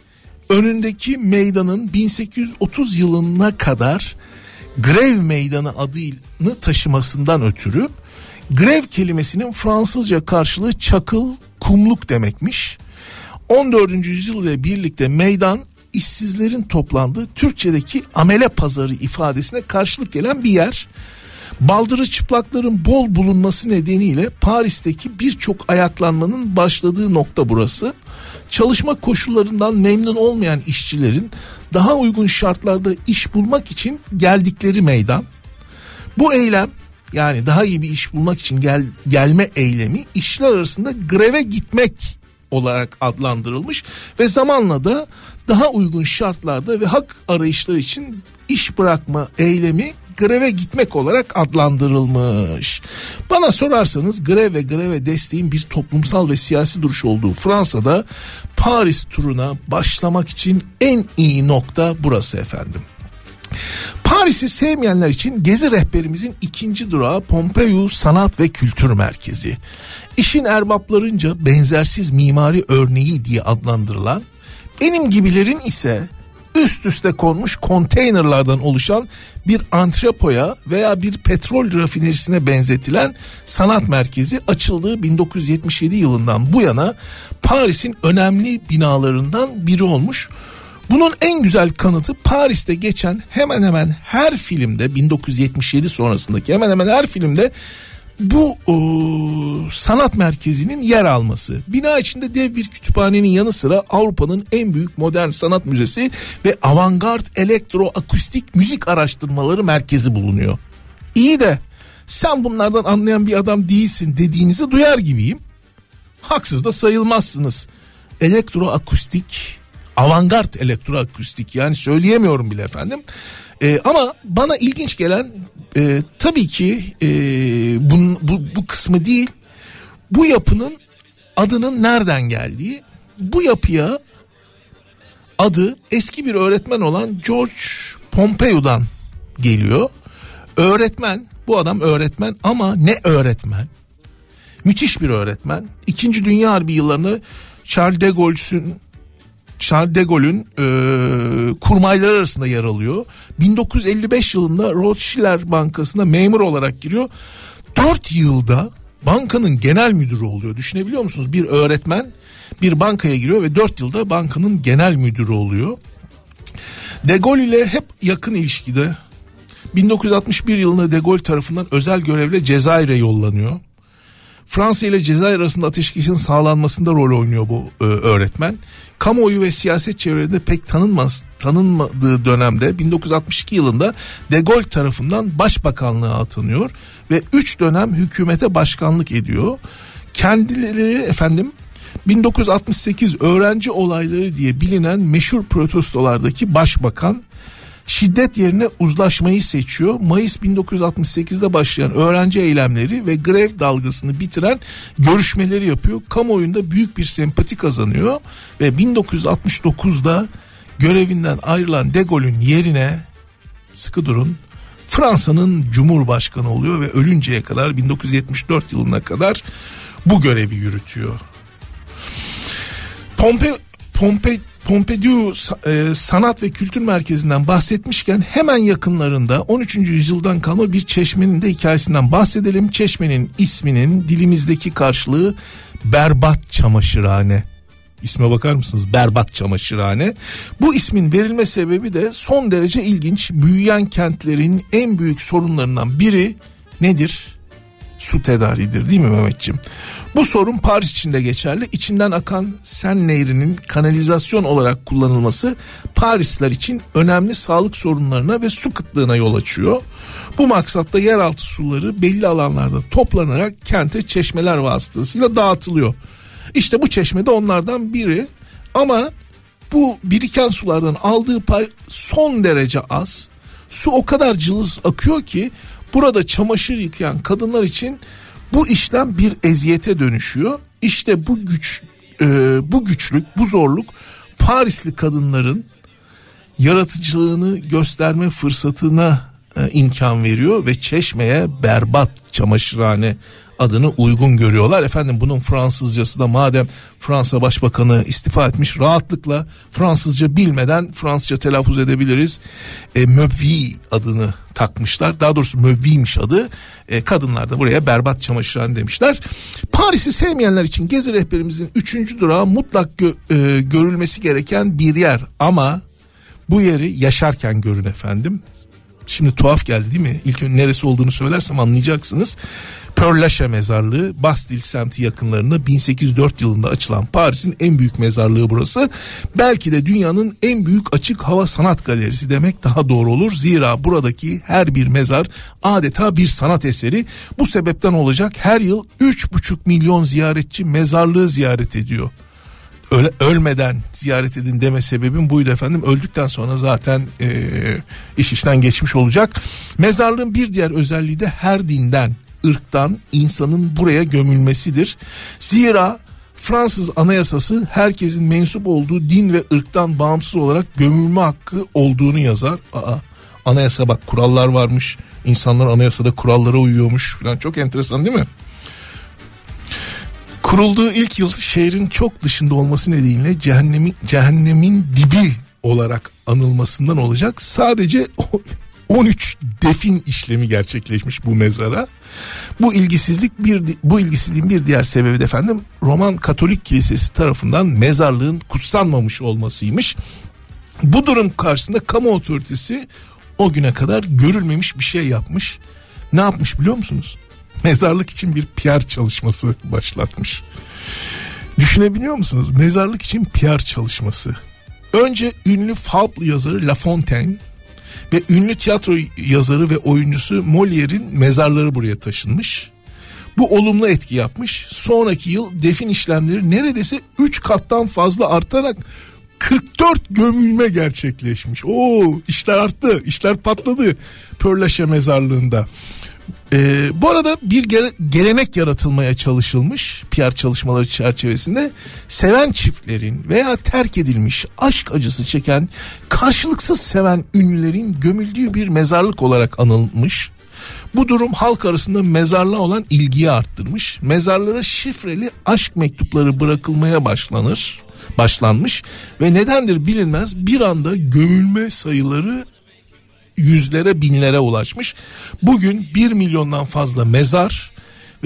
önündeki meydanın bin sekiz yüz otuz yılına kadar Grev Meydanı adını taşımasından ötürü. Grev kelimesinin Fransızca karşılığı çakıl, kumluk demekmiş. on dördüncü yüzyıl ile birlikte meydan işsizlerin toplandığı Türkçedeki amele pazarı ifadesine karşılık gelen bir yer. Baldırı çıplakların bol bulunması nedeniyle Paris'teki birçok ayaklanmanın başladığı nokta burası. Çalışma koşullarından memnun olmayan işçilerin daha uygun şartlarda iş bulmak için geldikleri meydan. Bu eylem, yani daha iyi bir iş bulmak için gel, gelme eylemi işçiler arasında greve gitmek olarak adlandırılmış ve zamanla da daha uygun şartlarda ve hak arayışları için iş bırakma eylemi greve gitmek olarak adlandırılmış. Bana sorarsanız grev ve greve desteğin bir toplumsal ve siyasi duruş olduğu Fransa'da Paris turuna başlamak için en iyi nokta burası efendim. Paris'i sevmeyenler için gezi rehberimizin ikinci durağı Pompeiu Sanat ve Kültür Merkezi. İşin erbaplarınca benzersiz mimari örneği diye adlandırılan, benim gibilerin ise üst üste konmuş konteynerlardan oluşan bir antrepoya veya bir petrol rafinerisine benzetilen sanat merkezi açıldığı bin dokuz yüz yetmiş yedi yılından bu yana Paris'in önemli binalarından biri olmuş. Bunun en güzel kanıtı Paris'te geçen hemen hemen her filmde, bin dokuz yüz yetmiş yedi sonrasındaki hemen hemen her filmde bu o, sanat merkezinin yer alması. Bina içinde dev bir kütüphanenin yanı sıra Avrupa'nın en büyük modern sanat müzesi ve avantgard elektroakustik müzik araştırmaları merkezi bulunuyor. İyi de sen bunlardan anlayan bir adam değilsin dediğinizi duyar gibiyim. Haksız da sayılmazsınız. Elektroakustik, avantgard elektroakustik, yani söyleyemiyorum bile efendim. Ee, ama bana ilginç gelen e, tabii ki e, bu, bu, bu kısmı değil, bu yapının adının nereden geldiği. Bu yapıya adı eski bir öğretmen olan George Pompeiu'dan geliyor. Öğretmen, bu adam öğretmen ama ne öğretmen? Müthiş bir öğretmen. İkinci Dünya Harbi yıllarında Charles de Gaulle'ün Charles de Gaulle'ün e, kurmayları arasında yer alıyor. bin dokuz yüz elli beş yılında Rothschild Bankası'na memur olarak giriyor. dört yılda bankanın genel müdürü oluyor. Düşünebiliyor musunuz? Bir öğretmen bir bankaya giriyor ve dört yılda bankanın genel müdürü oluyor. De Gaulle ile hep yakın ilişkide. bin dokuz yüz altmış bir yılında De Gaulle tarafından özel görevle Cezayir'e yollanıyor. Fransa ile Cezayir arasında ateşkesin sağlanmasında rol oynuyor bu e, öğretmen. Kamuoyu ve siyaset çevrelerinde pek tanınmaz, tanınmadığı dönemde bin dokuz yüz altmış iki yılında De Gaulle tarafından başbakanlığa atanıyor ve üç dönem hükümete başkanlık ediyor. Kendileri efendim bin dokuz yüz altmış sekiz öğrenci olayları diye bilinen meşhur protestolardaki başbakan, şiddet yerine uzlaşmayı seçiyor. Mayıs bin dokuz yüz altmış sekizde başlayan öğrenci eylemleri ve grev dalgasını bitiren görüşmeleri yapıyor. Kamuoyunda büyük bir sempati kazanıyor ve bin dokuz yüz altmış dokuzda görevinden ayrılan De Gaulle'ün yerine, sıkı durun, Fransa'nın Cumhurbaşkanı oluyor ve ölünceye kadar bin dokuz yüz yetmiş dört yılına kadar bu görevi yürütüyor. Pompe Pompe Pompidou e, Sanat ve Kültür Merkezi'nden bahsetmişken hemen yakınlarında on üçüncü yüzyıldan kalma bir çeşmenin de hikayesinden bahsedelim. Çeşmenin isminin dilimizdeki karşılığı berbat çamaşırhane. İsme bakar mısınız? Berbat çamaşırhane. Bu ismin verilme sebebi de son derece ilginç. Büyüyen kentlerin en büyük sorunlarından biri nedir? Su tedariğidir, değil mi Mehmetciğim? Bu sorun Paris için de geçerli. İçinden akan Sen Nehri'nin kanalizasyon olarak kullanılması Parisliler için önemli sağlık sorunlarına ve su kıtlığına yol açıyor. Bu maksatla yeraltı suları belli alanlarda toplanarak kente çeşmeler vasıtasıyla dağıtılıyor. İşte bu çeşme de onlardan biri, ama bu biriken sulardan aldığı pay son derece az. Su o kadar cılız akıyor ki burada çamaşır yıkayan kadınlar için bu işlem bir eziyete dönüşüyor. İşte bu güç, e, bu güçlük, bu zorluk Parisli kadınların yaratıcılığını gösterme fırsatına e, imkan veriyor ve çeşmeye berbat çamaşırhane adını uygun görüyorlar. Efendim bunun Fransızcası da, madem Fransa Başbakanı istifa etmiş, rahatlıkla Fransızca bilmeden Fransızca telaffuz edebiliriz. E, Meuvi adını takmışlar. Daha doğrusu Meuvi'ymiş adı. E, kadınlar da buraya berbat çamaşırhane demişler. Paris'i sevmeyenler için gezi rehberimizin üçüncü durağı mutlak gö- e, görülmesi gereken bir yer. Ama bu yeri yaşarken görün efendim. Şimdi tuhaf geldi değil mi? İlk önce neresi olduğunu söylersem anlayacaksınız. Père Lachaise mezarlığı, Bastille semti yakınlarında bin sekiz yüz dört yılında açılan Paris'in en büyük mezarlığı burası. Belki de dünyanın en büyük açık hava sanat galerisi demek daha doğru olur. Zira buradaki her bir mezar adeta bir sanat eseri. Bu sebepten olacak her yıl üç buçuk milyon ziyaretçi mezarlığı ziyaret ediyor. Öyle, ölmeden ziyaret edin deme sebebim buydu efendim. Öldükten sonra zaten e, iş işten geçmiş olacak. Mezarlığın bir diğer özelliği de her dinden, ırktan insanın buraya gömülmesidir. Zira Fransız anayasası herkesin mensup olduğu din ve ırktan bağımsız olarak gömülme hakkı olduğunu yazar. Aa, anayasa bak, kurallar varmış. İnsanlar anayasada kurallara uyuyormuş falan. Çok enteresan değil mi? Kurulduğu ilk yıl şehrin çok dışında olması nedeniyle cehennemin, cehennemin dibi olarak anılmasından olacak sadece on üç defin işlemi gerçekleşmiş bu mezara. Bu ilgisizlik bir bu ilgisizliğin bir diğer sebebi de efendim Roman Katolik Kilisesi tarafından mezarlığın kutsanmamış olmasıymış. Bu durum karşısında kamu otoritesi o güne kadar görülmemiş bir şey yapmış. Ne yapmış biliyor musunuz? Mezarlık için bir P R çalışması başlatmış. Düşünebiliyor musunuz? Mezarlık için P R çalışması. Önce ünlü fable yazarı La Fontaine ve ünlü tiyatro yazarı ve oyuncusu Molière'in mezarları buraya taşınmış. Bu olumlu etki yapmış. Sonraki yıl defin işlemleri neredeyse üç kattan fazla artarak kırk dört gömülme gerçekleşmiş. Oo, işler arttı, işler patladı Père Lachaise mezarlığında. Ee, bu arada bir gere- gelenek yaratılmaya çalışılmış P R çalışmaları çerçevesinde. Seven çiftlerin veya terk edilmiş, aşk acısı çeken, karşılıksız seven ünlülerin gömüldüğü bir mezarlık olarak anılmış. Bu durum halk arasında mezarlığa olan ilgiyi arttırmış. Mezarlara şifreli aşk mektupları bırakılmaya başlanır, başlanmış ve nedendir bilinmez bir anda gömülme sayıları yüzlere, binlere ulaşmış. Bugün bir milyondan fazla mezar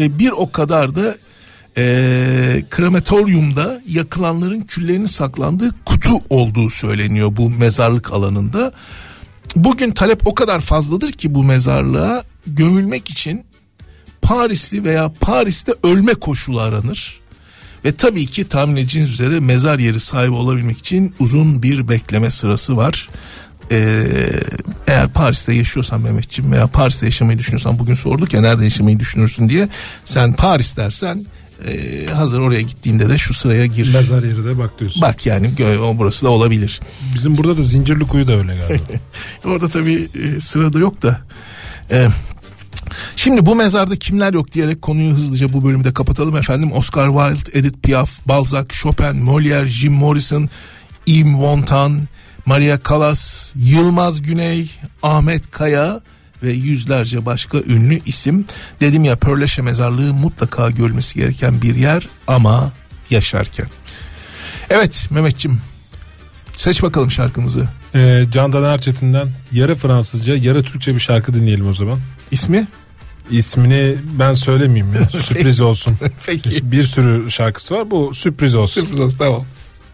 ve bir o kadar da e, krematoryumda yakılanların küllerinin saklandığı kutu olduğu söyleniyor bu mezarlık alanında. Bugün talep o kadar fazladır ki bu mezarlığa gömülmek için Parisli veya Paris'te ölme koşulu aranır. Ve tabii ki tahmin edeceğiniz üzere mezar yeri sahibi olabilmek için uzun bir bekleme sırası var. Ee, eğer Paris'te yaşıyorsan Mehmetciğim veya Paris'te yaşamayı düşünüyorsan, bugün sorduk ya nerede yaşamayı düşünürsün diye, sen Paris dersen e, hazır oraya gittiğinde de şu sıraya gir. Mezar yeri de bak diyorsun. Bak yani o burası da olabilir. Bizim burada da Zincirlikuyu da öyle galiba. Orada tabii e, sırada yok da. E, Şimdi bu mezarda kimler yok diyerek konuyu hızlıca bu bölümde kapatalım efendim. Oscar Wilde, Edith Piaf, Balzac, Chopin, Molière, Jim Morrison, Yves Montand, Maria Callas, Yılmaz Güney, Ahmet Kaya ve yüzlerce başka ünlü isim. Dedim ya, Pörleşe mezarlığı mutlaka görülmesi gereken bir yer ama yaşarken. Evet Mehmetciğim, seç bakalım şarkımızı. Ee, Candan Erçetin'den yarı Fransızca yarı Türkçe bir şarkı dinleyelim o zaman. İsmi? İsmini ben söylemeyeyim ya. Sürpriz olsun. Peki. Bir sürü şarkısı var, bu sürpriz olsun. Sürpriz olsun, tamam.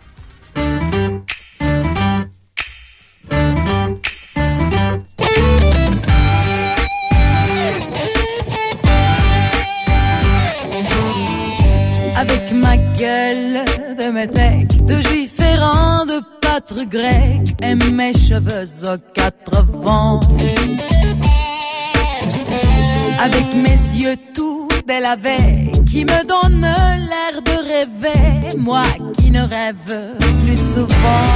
Avec ma gueule de métèque, de juif errant, de pâtre grec, et mes cheveux aux quatre vents. Avec mes yeux tout délavés, qui me donnent l'air de rêver, moi qui ne rêve plus souvent.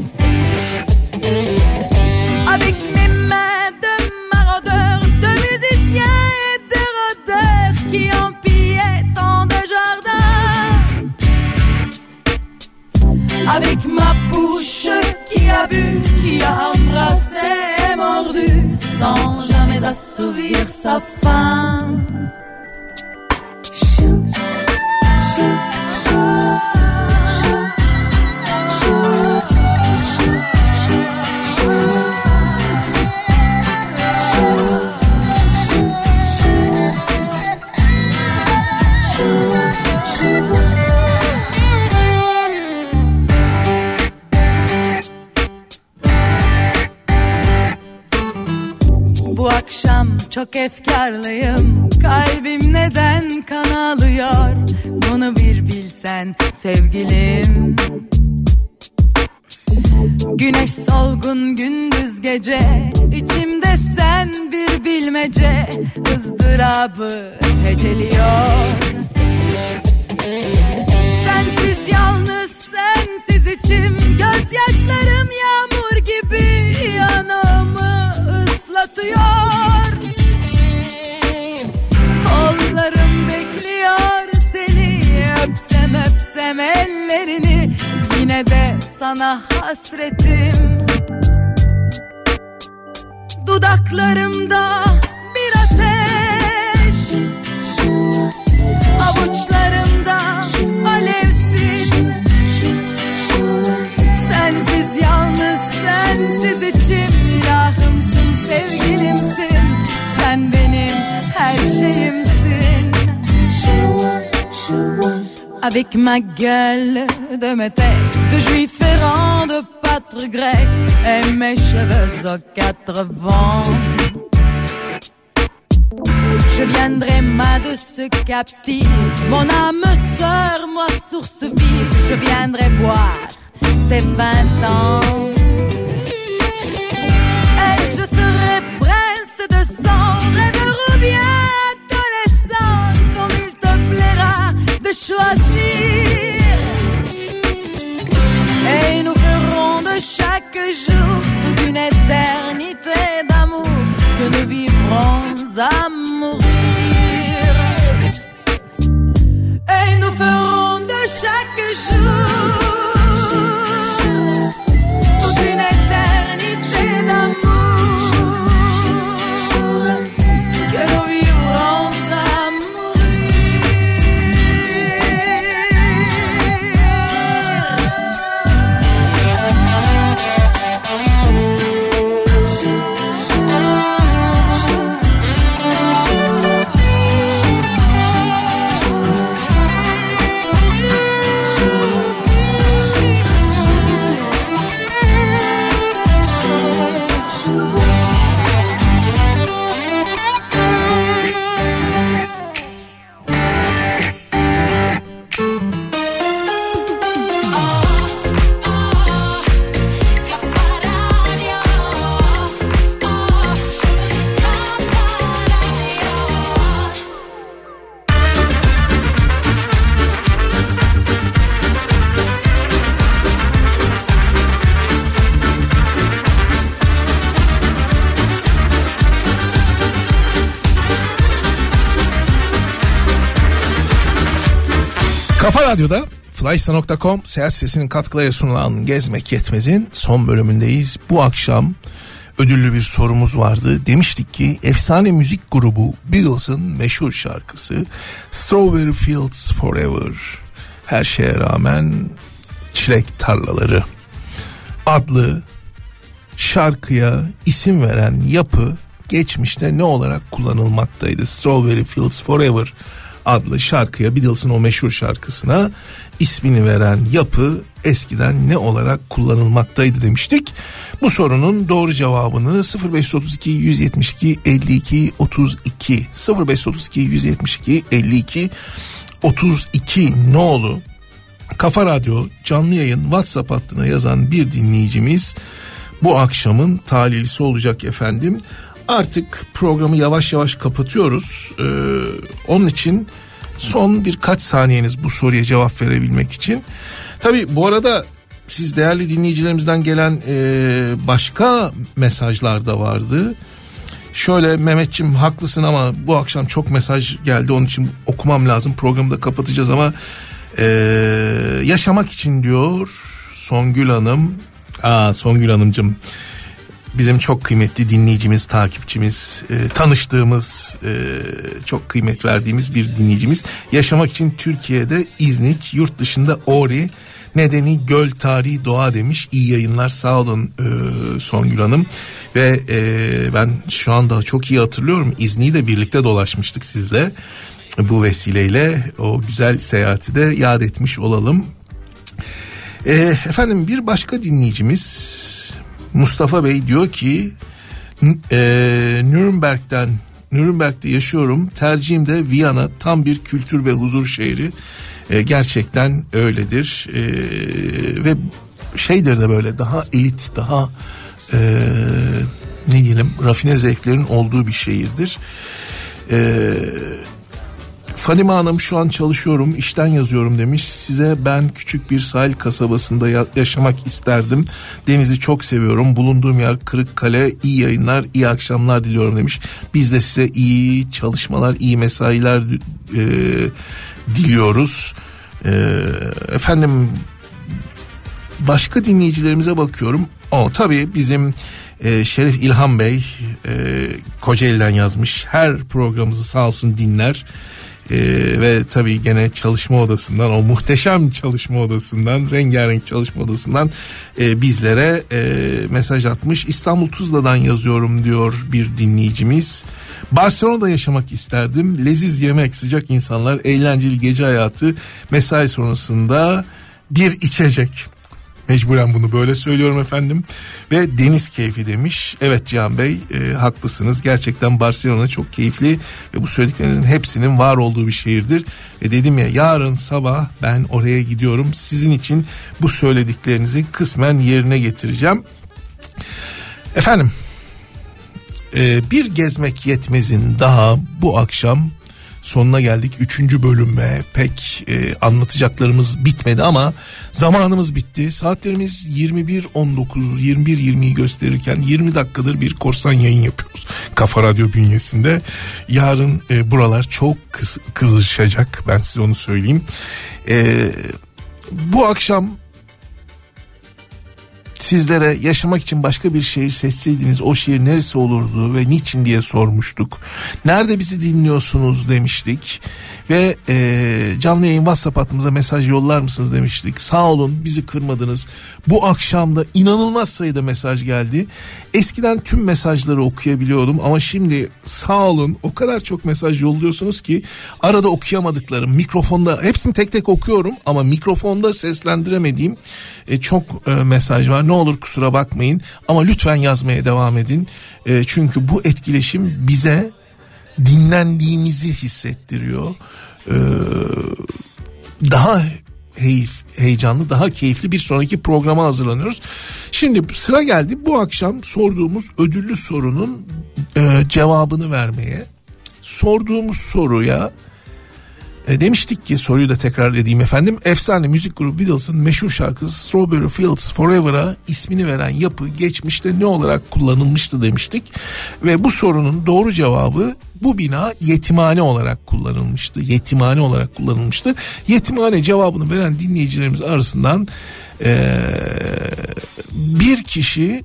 Avec mes mains de maraudeurs, de musiciens et de rôdeurs, qui ont pillé tant de jardins. Avec ma bouche qui a bu, qui a embrassé et mordu, sans jamais assouvir sa faim. Chou, chou, chou, chou, chou, chou, chou, chou. Bu akşam çok efkarlıyım, kalbim neden kan ağlıyor, bunu bir bilsen sevgilim. Güneş solgun gündüz gece, içimde sen bir bilmece, ızdırabı heceliyor. Sensiz yalnız sensiz içim, gözyaşlarım yağmur gibi yanağımı ıslatıyor. Kollarım bekliyor seni, öpsem öpsem ellerini, yine de sana hasretim. Dudaklarımda bir ateş, avuçlarımda alevsin. Sensiz yalnız sensiz içim, ilahımsın sevgilimsin, sen benim her şeyimsin. Avec ma gueule de métèque, de juif errant, de pâtre grec, et mes cheveux aux quatre vents. Je viendrai ma douce captive, mon âme sœur, moi source vive, je viendrai boire tes vingt ans. Et je serai prince de sang, rêveur ou bien adolescent, comme il te plaira de choisir. Et nous ferons de chaque jour toute une éternité d'amour que nous vivrons à mourir. Et nous ferons de chaque jour toute une éternité d'amour que nous vivrons à mourir. Kafa Radyo'da flysta nokta com seyahat sitesinin katkılarıyla sunulan Gezmek Yetmez'in son bölümündeyiz. Bu akşam ödüllü bir sorumuz vardı. Demiştik ki efsane müzik grubu Beatles'ın meşhur şarkısı Strawberry Fields Forever, her şeye rağmen çilek tarlaları adlı şarkıya isim veren yapı geçmişte ne olarak kullanılmaktaydı? Strawberry Fields Forever adlı şarkıya, Beatles'ın o meşhur şarkısına ismini veren yapı eskiden ne olarak kullanılmaktaydı demiştik. Bu sorunun doğru cevabını sıfır beş otuz iki yüz yetmiş iki elli iki otuz iki sıfır beş otuz iki yüz yetmiş iki elli iki otuz iki nolu Kafa Radyo canlı yayın WhatsApp hattına yazan bir dinleyicimiz bu akşamın talihlisi olacak efendim. Artık programı yavaş yavaş kapatıyoruz. Ee, onun için son birkaç saniyeniz bu soruya cevap verebilmek için. Tabii bu arada siz değerli dinleyicilerimizden gelen e, başka mesajlar da vardı. Şöyle, Mehmetciğim haklısın ama bu akşam çok mesaj geldi, onun için okumam lazım, programı da kapatacağız ama e, yaşamak için diyor Songül Hanım. Aa, Songül Hanımcığım bizim çok kıymetli dinleyicimiz, takipçimiz, e, tanıştığımız, e, çok kıymet verdiğimiz bir dinleyicimiz. Yaşamak için Türkiye'de İznik, yurt dışında Ori, nedeni göl, tarihi, doğa demiş. İyi yayınlar, sağ olun e, Songül Hanım. Ve e, ben şu anda çok iyi hatırlıyorum, İznik'i de birlikte dolaşmıştık sizle. Bu vesileyle o güzel seyahati de yad etmiş olalım. E, efendim bir başka dinleyicimiz Mustafa Bey diyor ki e, Nürnberg'den Nürnberg'de yaşıyorum. Tercihim de Viyana, tam bir kültür ve huzur şehri. E, gerçekten öyledir. E, ve şeydir de böyle daha elit, daha e, ne diyelim rafine zevklerin olduğu bir şehirdir. E, Fadime Hanım şu an çalışıyorum, işten yazıyorum demiş. Size ben küçük bir sahil kasabasında ya- yaşamak isterdim. Denizi çok seviyorum. Bulunduğum yer Kırıkkale. İyi yayınlar, iyi akşamlar diliyorum demiş. Biz de size iyi çalışmalar, iyi mesailer e, diliyoruz. E, efendim başka dinleyicilerimize bakıyorum. O tabii bizim e, Şerif İlhan Bey e, Kocaeli'den yazmış. Her programımızı sağ olsun dinler. Ee, ve tabii gene çalışma odasından, o muhteşem çalışma odasından, rengarenk çalışma odasından e, bizlere e, mesaj atmış. İstanbul Tuzla'dan yazıyorum diyor bir dinleyicimiz. Barcelona'da yaşamak isterdim. Leziz yemek, sıcak insanlar, eğlenceli gece hayatı, mesai sonrasında bir içecek. Mecburen bunu böyle söylüyorum efendim. Ve deniz keyfi demiş. Evet Cihan Bey, e, haklısınız. Gerçekten Barcelona çok keyifli ve bu söylediklerinizin hepsinin var olduğu bir şehirdir. Ve dedim ya, yarın sabah ben oraya gidiyorum. Sizin için bu söylediklerinizi kısmen yerine getireceğim. Efendim, e, bir Gezmek Yetmez'in daha bu akşam sonuna geldik. Üçüncü bölüme pek e, anlatacaklarımız bitmedi ama zamanımız bitti. Saatlerimiz yirmi bir on dokuz yirmi bir yirmiyi gösterirken yirmi dakikadır bir korsan yayın yapıyoruz Kafa Radyo bünyesinde. Yarın e, buralar çok kız, kızışacak, ben size onu söyleyeyim. E, bu akşam sizlere yaşamak için başka bir şehir seçseydiniz o şehir neresi olurdu ve niçin diye sormuştuk. Nerede bizi dinliyorsunuz demiştik. Ve e, canlı yayın WhatsApp hattımıza mesaj yollar mısınız demiştik. Sağ olun, bizi kırmadınız. Bu akşam da inanılmaz sayıda mesaj geldi. Eskiden tüm mesajları okuyabiliyordum ama şimdi sağ olun o kadar çok mesaj yolluyorsunuz ki arada okuyamadıklarım, mikrofonda hepsini tek tek okuyorum ama mikrofonda seslendiremediğim e, çok e, mesaj var. Ne olur kusura bakmayın ama lütfen yazmaya devam edin. E, çünkü bu etkileşim bize dinlendiğimizi hissettiriyor. Ee, daha hey, heyecanlı, daha keyifli bir sonraki programa hazırlanıyoruz. Şimdi sıra geldi bu akşam sorduğumuz ödüllü sorunun e, cevabını vermeye. Sorduğumuz soruya E, demiştik ki, soruyu da tekrar edeyim efendim. Efsane müzik grubu Beatles'ın meşhur şarkısı Strawberry Fields Forever'a ismini veren yapı geçmişte ne olarak kullanılmıştı demiştik. Ve bu sorunun doğru cevabı, bu bina yetimhane olarak kullanılmıştı. Yetimhane olarak kullanılmıştı. Yetimhane cevabını veren dinleyicilerimiz arasından e, bir kişi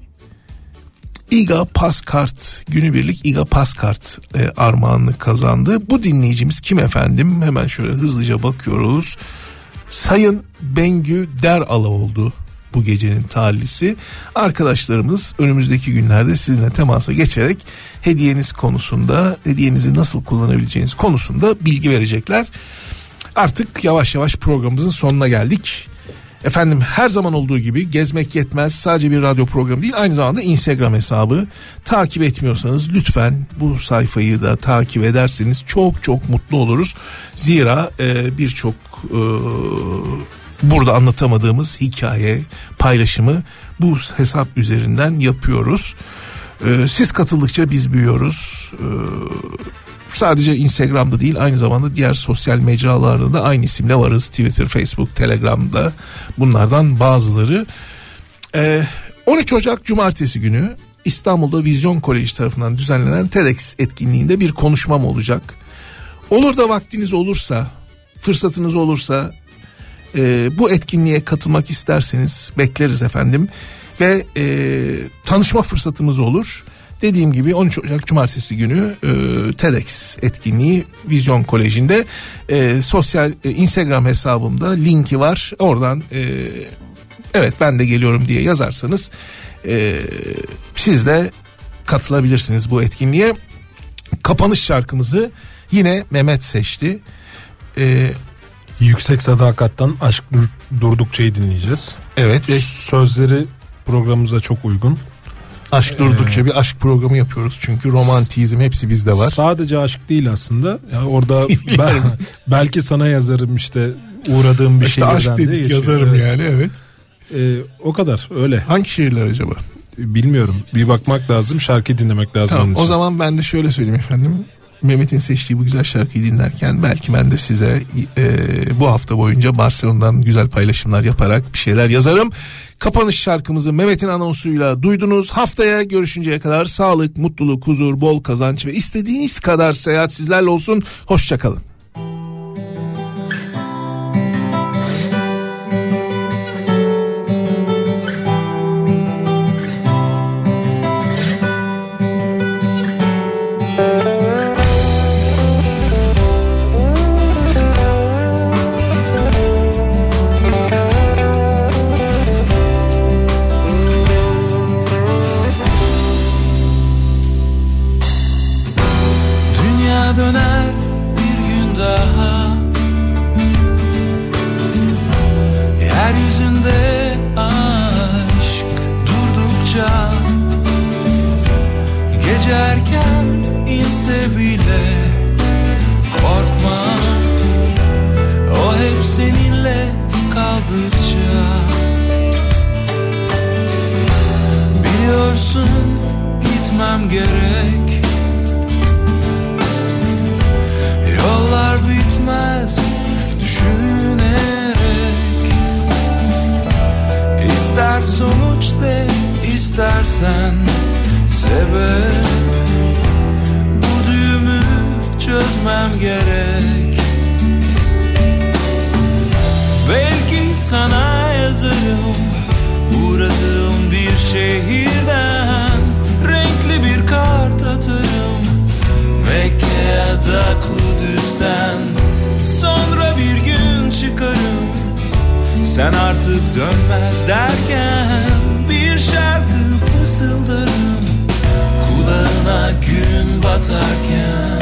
İGA Paskart, günübirlik İGA Paskart e, armağanını kazandı. Bu dinleyicimiz kim efendim? Hemen şöyle hızlıca bakıyoruz. Sayın Bengü Derala oldu bu gecenin talihlisi. Arkadaşlarımız önümüzdeki günlerde sizinle temasa geçerek hediyeniz konusunda, hediyenizi nasıl kullanabileceğiniz konusunda bilgi verecekler. Artık yavaş yavaş programımızın sonuna geldik. Efendim, her zaman olduğu gibi Gezmek Yetmez sadece bir radyo programı değil, aynı zamanda Instagram hesabı. Takip etmiyorsanız lütfen bu sayfayı da takip ederseniz çok çok mutlu oluruz. Zira e, birçok e, burada anlatamadığımız hikaye paylaşımı bu hesap üzerinden yapıyoruz. E, siz katıldıkça biz büyüyoruz. E, Sadece Instagram'da değil, aynı zamanda diğer sosyal mecralarda da aynı isimle varız. Twitter, Facebook, Telegram'da bunlardan bazıları. Ee, on üç Ocak Cumartesi günü İstanbul'da Vizyon Koleji tarafından düzenlenen TEDx etkinliğinde bir konuşmam olacak. Olur da vaktiniz olursa, fırsatınız olursa e, bu etkinliğe katılmak isterseniz bekleriz efendim. Ve e, tanışma fırsatımız olur. Dediğim gibi on üç Ocak Cumartesi günü e, TEDx etkinliği Vizyon Koleji'nde. E, sosyal e, Instagram hesabımda linki var. Oradan e, evet ben de geliyorum diye yazarsanız e, siz de katılabilirsiniz bu etkinliğe. Kapanış şarkımızı yine Mehmet seçti. E, Yüksek Sadakat'tan Aşk Dur- Durdukça'yı dinleyeceğiz. Evet. Ve sözleri programımıza çok uygun. Aşk durdukça ee, bir aşk programı yapıyoruz çünkü romantizm hepsi bizde var. Sadece aşk değil aslında. Yani orada ben, belki sana yazarım işte uğradığım bir işte şehirden aşk dedik, de yazarım evet. Yani evet. Ee, o kadar öyle. Hangi şehirler acaba? Bilmiyorum. Bir bakmak lazım, şarkı dinlemek lazım. Tamam, o zaman ben de şöyle söyleyeyim efendim. Mehmet'in seçtiği bu güzel şarkıyı dinlerken belki ben de size e, bu hafta boyunca Barcelona'dan güzel paylaşımlar yaparak bir şeyler yazarım. Kapanış şarkımızı Mehmet'in anonsuyla duydunuz. Haftaya görüşünceye kadar sağlık, mutluluk, huzur, bol kazanç ve istediğiniz kadar seyahat sizlerle olsun. Hoşça kalın. Sen artık dönmez derken bir şarkı fısıldarım kulağına gün batarken.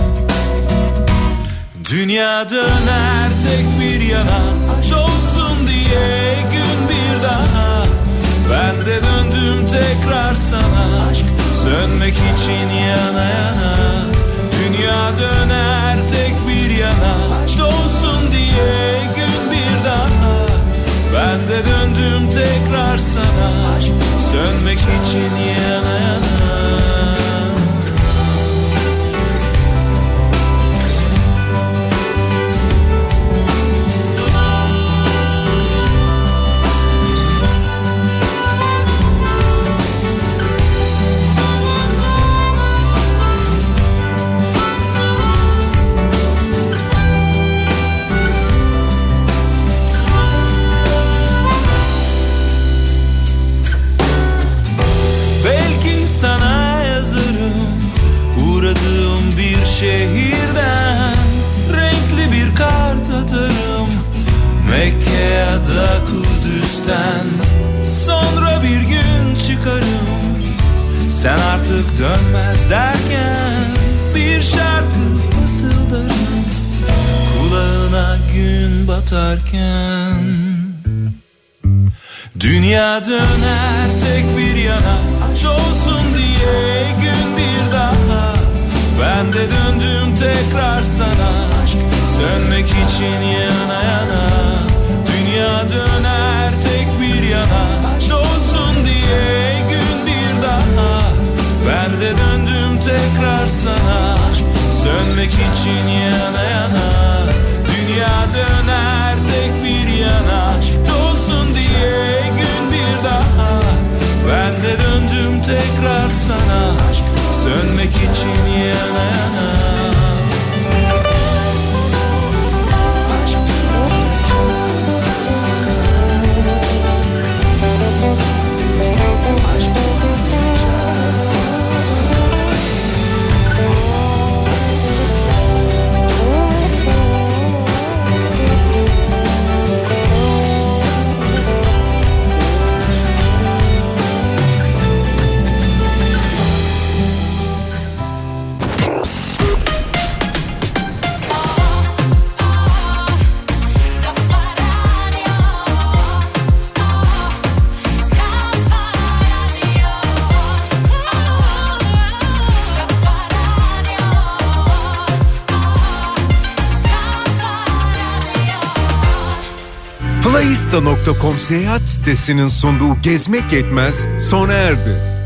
Dünya döner tek bir yana, dolsun diye gün bir daha. Ben de döndüm tekrar sana, sönmek için yana yana. Dünya döner tek bir yana, dolsun diye gün bir daha. Ben de döndüm tekrar sana, sönmek için yana yana. artık dönmez derken bir şarkı fısıldarım kulağına gün batarken. Dünya döner tek bir yana, olsun diye gün bir daha. Ben de döndüm tekrar sana, sönmek için yana yana. Dünya döner tek bir yana, olsun diye gün bir daha. Ben de döndüm tekrar sana, sönmek için yana yana. Dünya döner tek bir yana, olsun diye gün bir daha. Ben de döndüm tekrar sana, sönmek için yana yana. Playista nokta com seyahat sitesinin sunduğu Gezmek Yetmez sona erdi.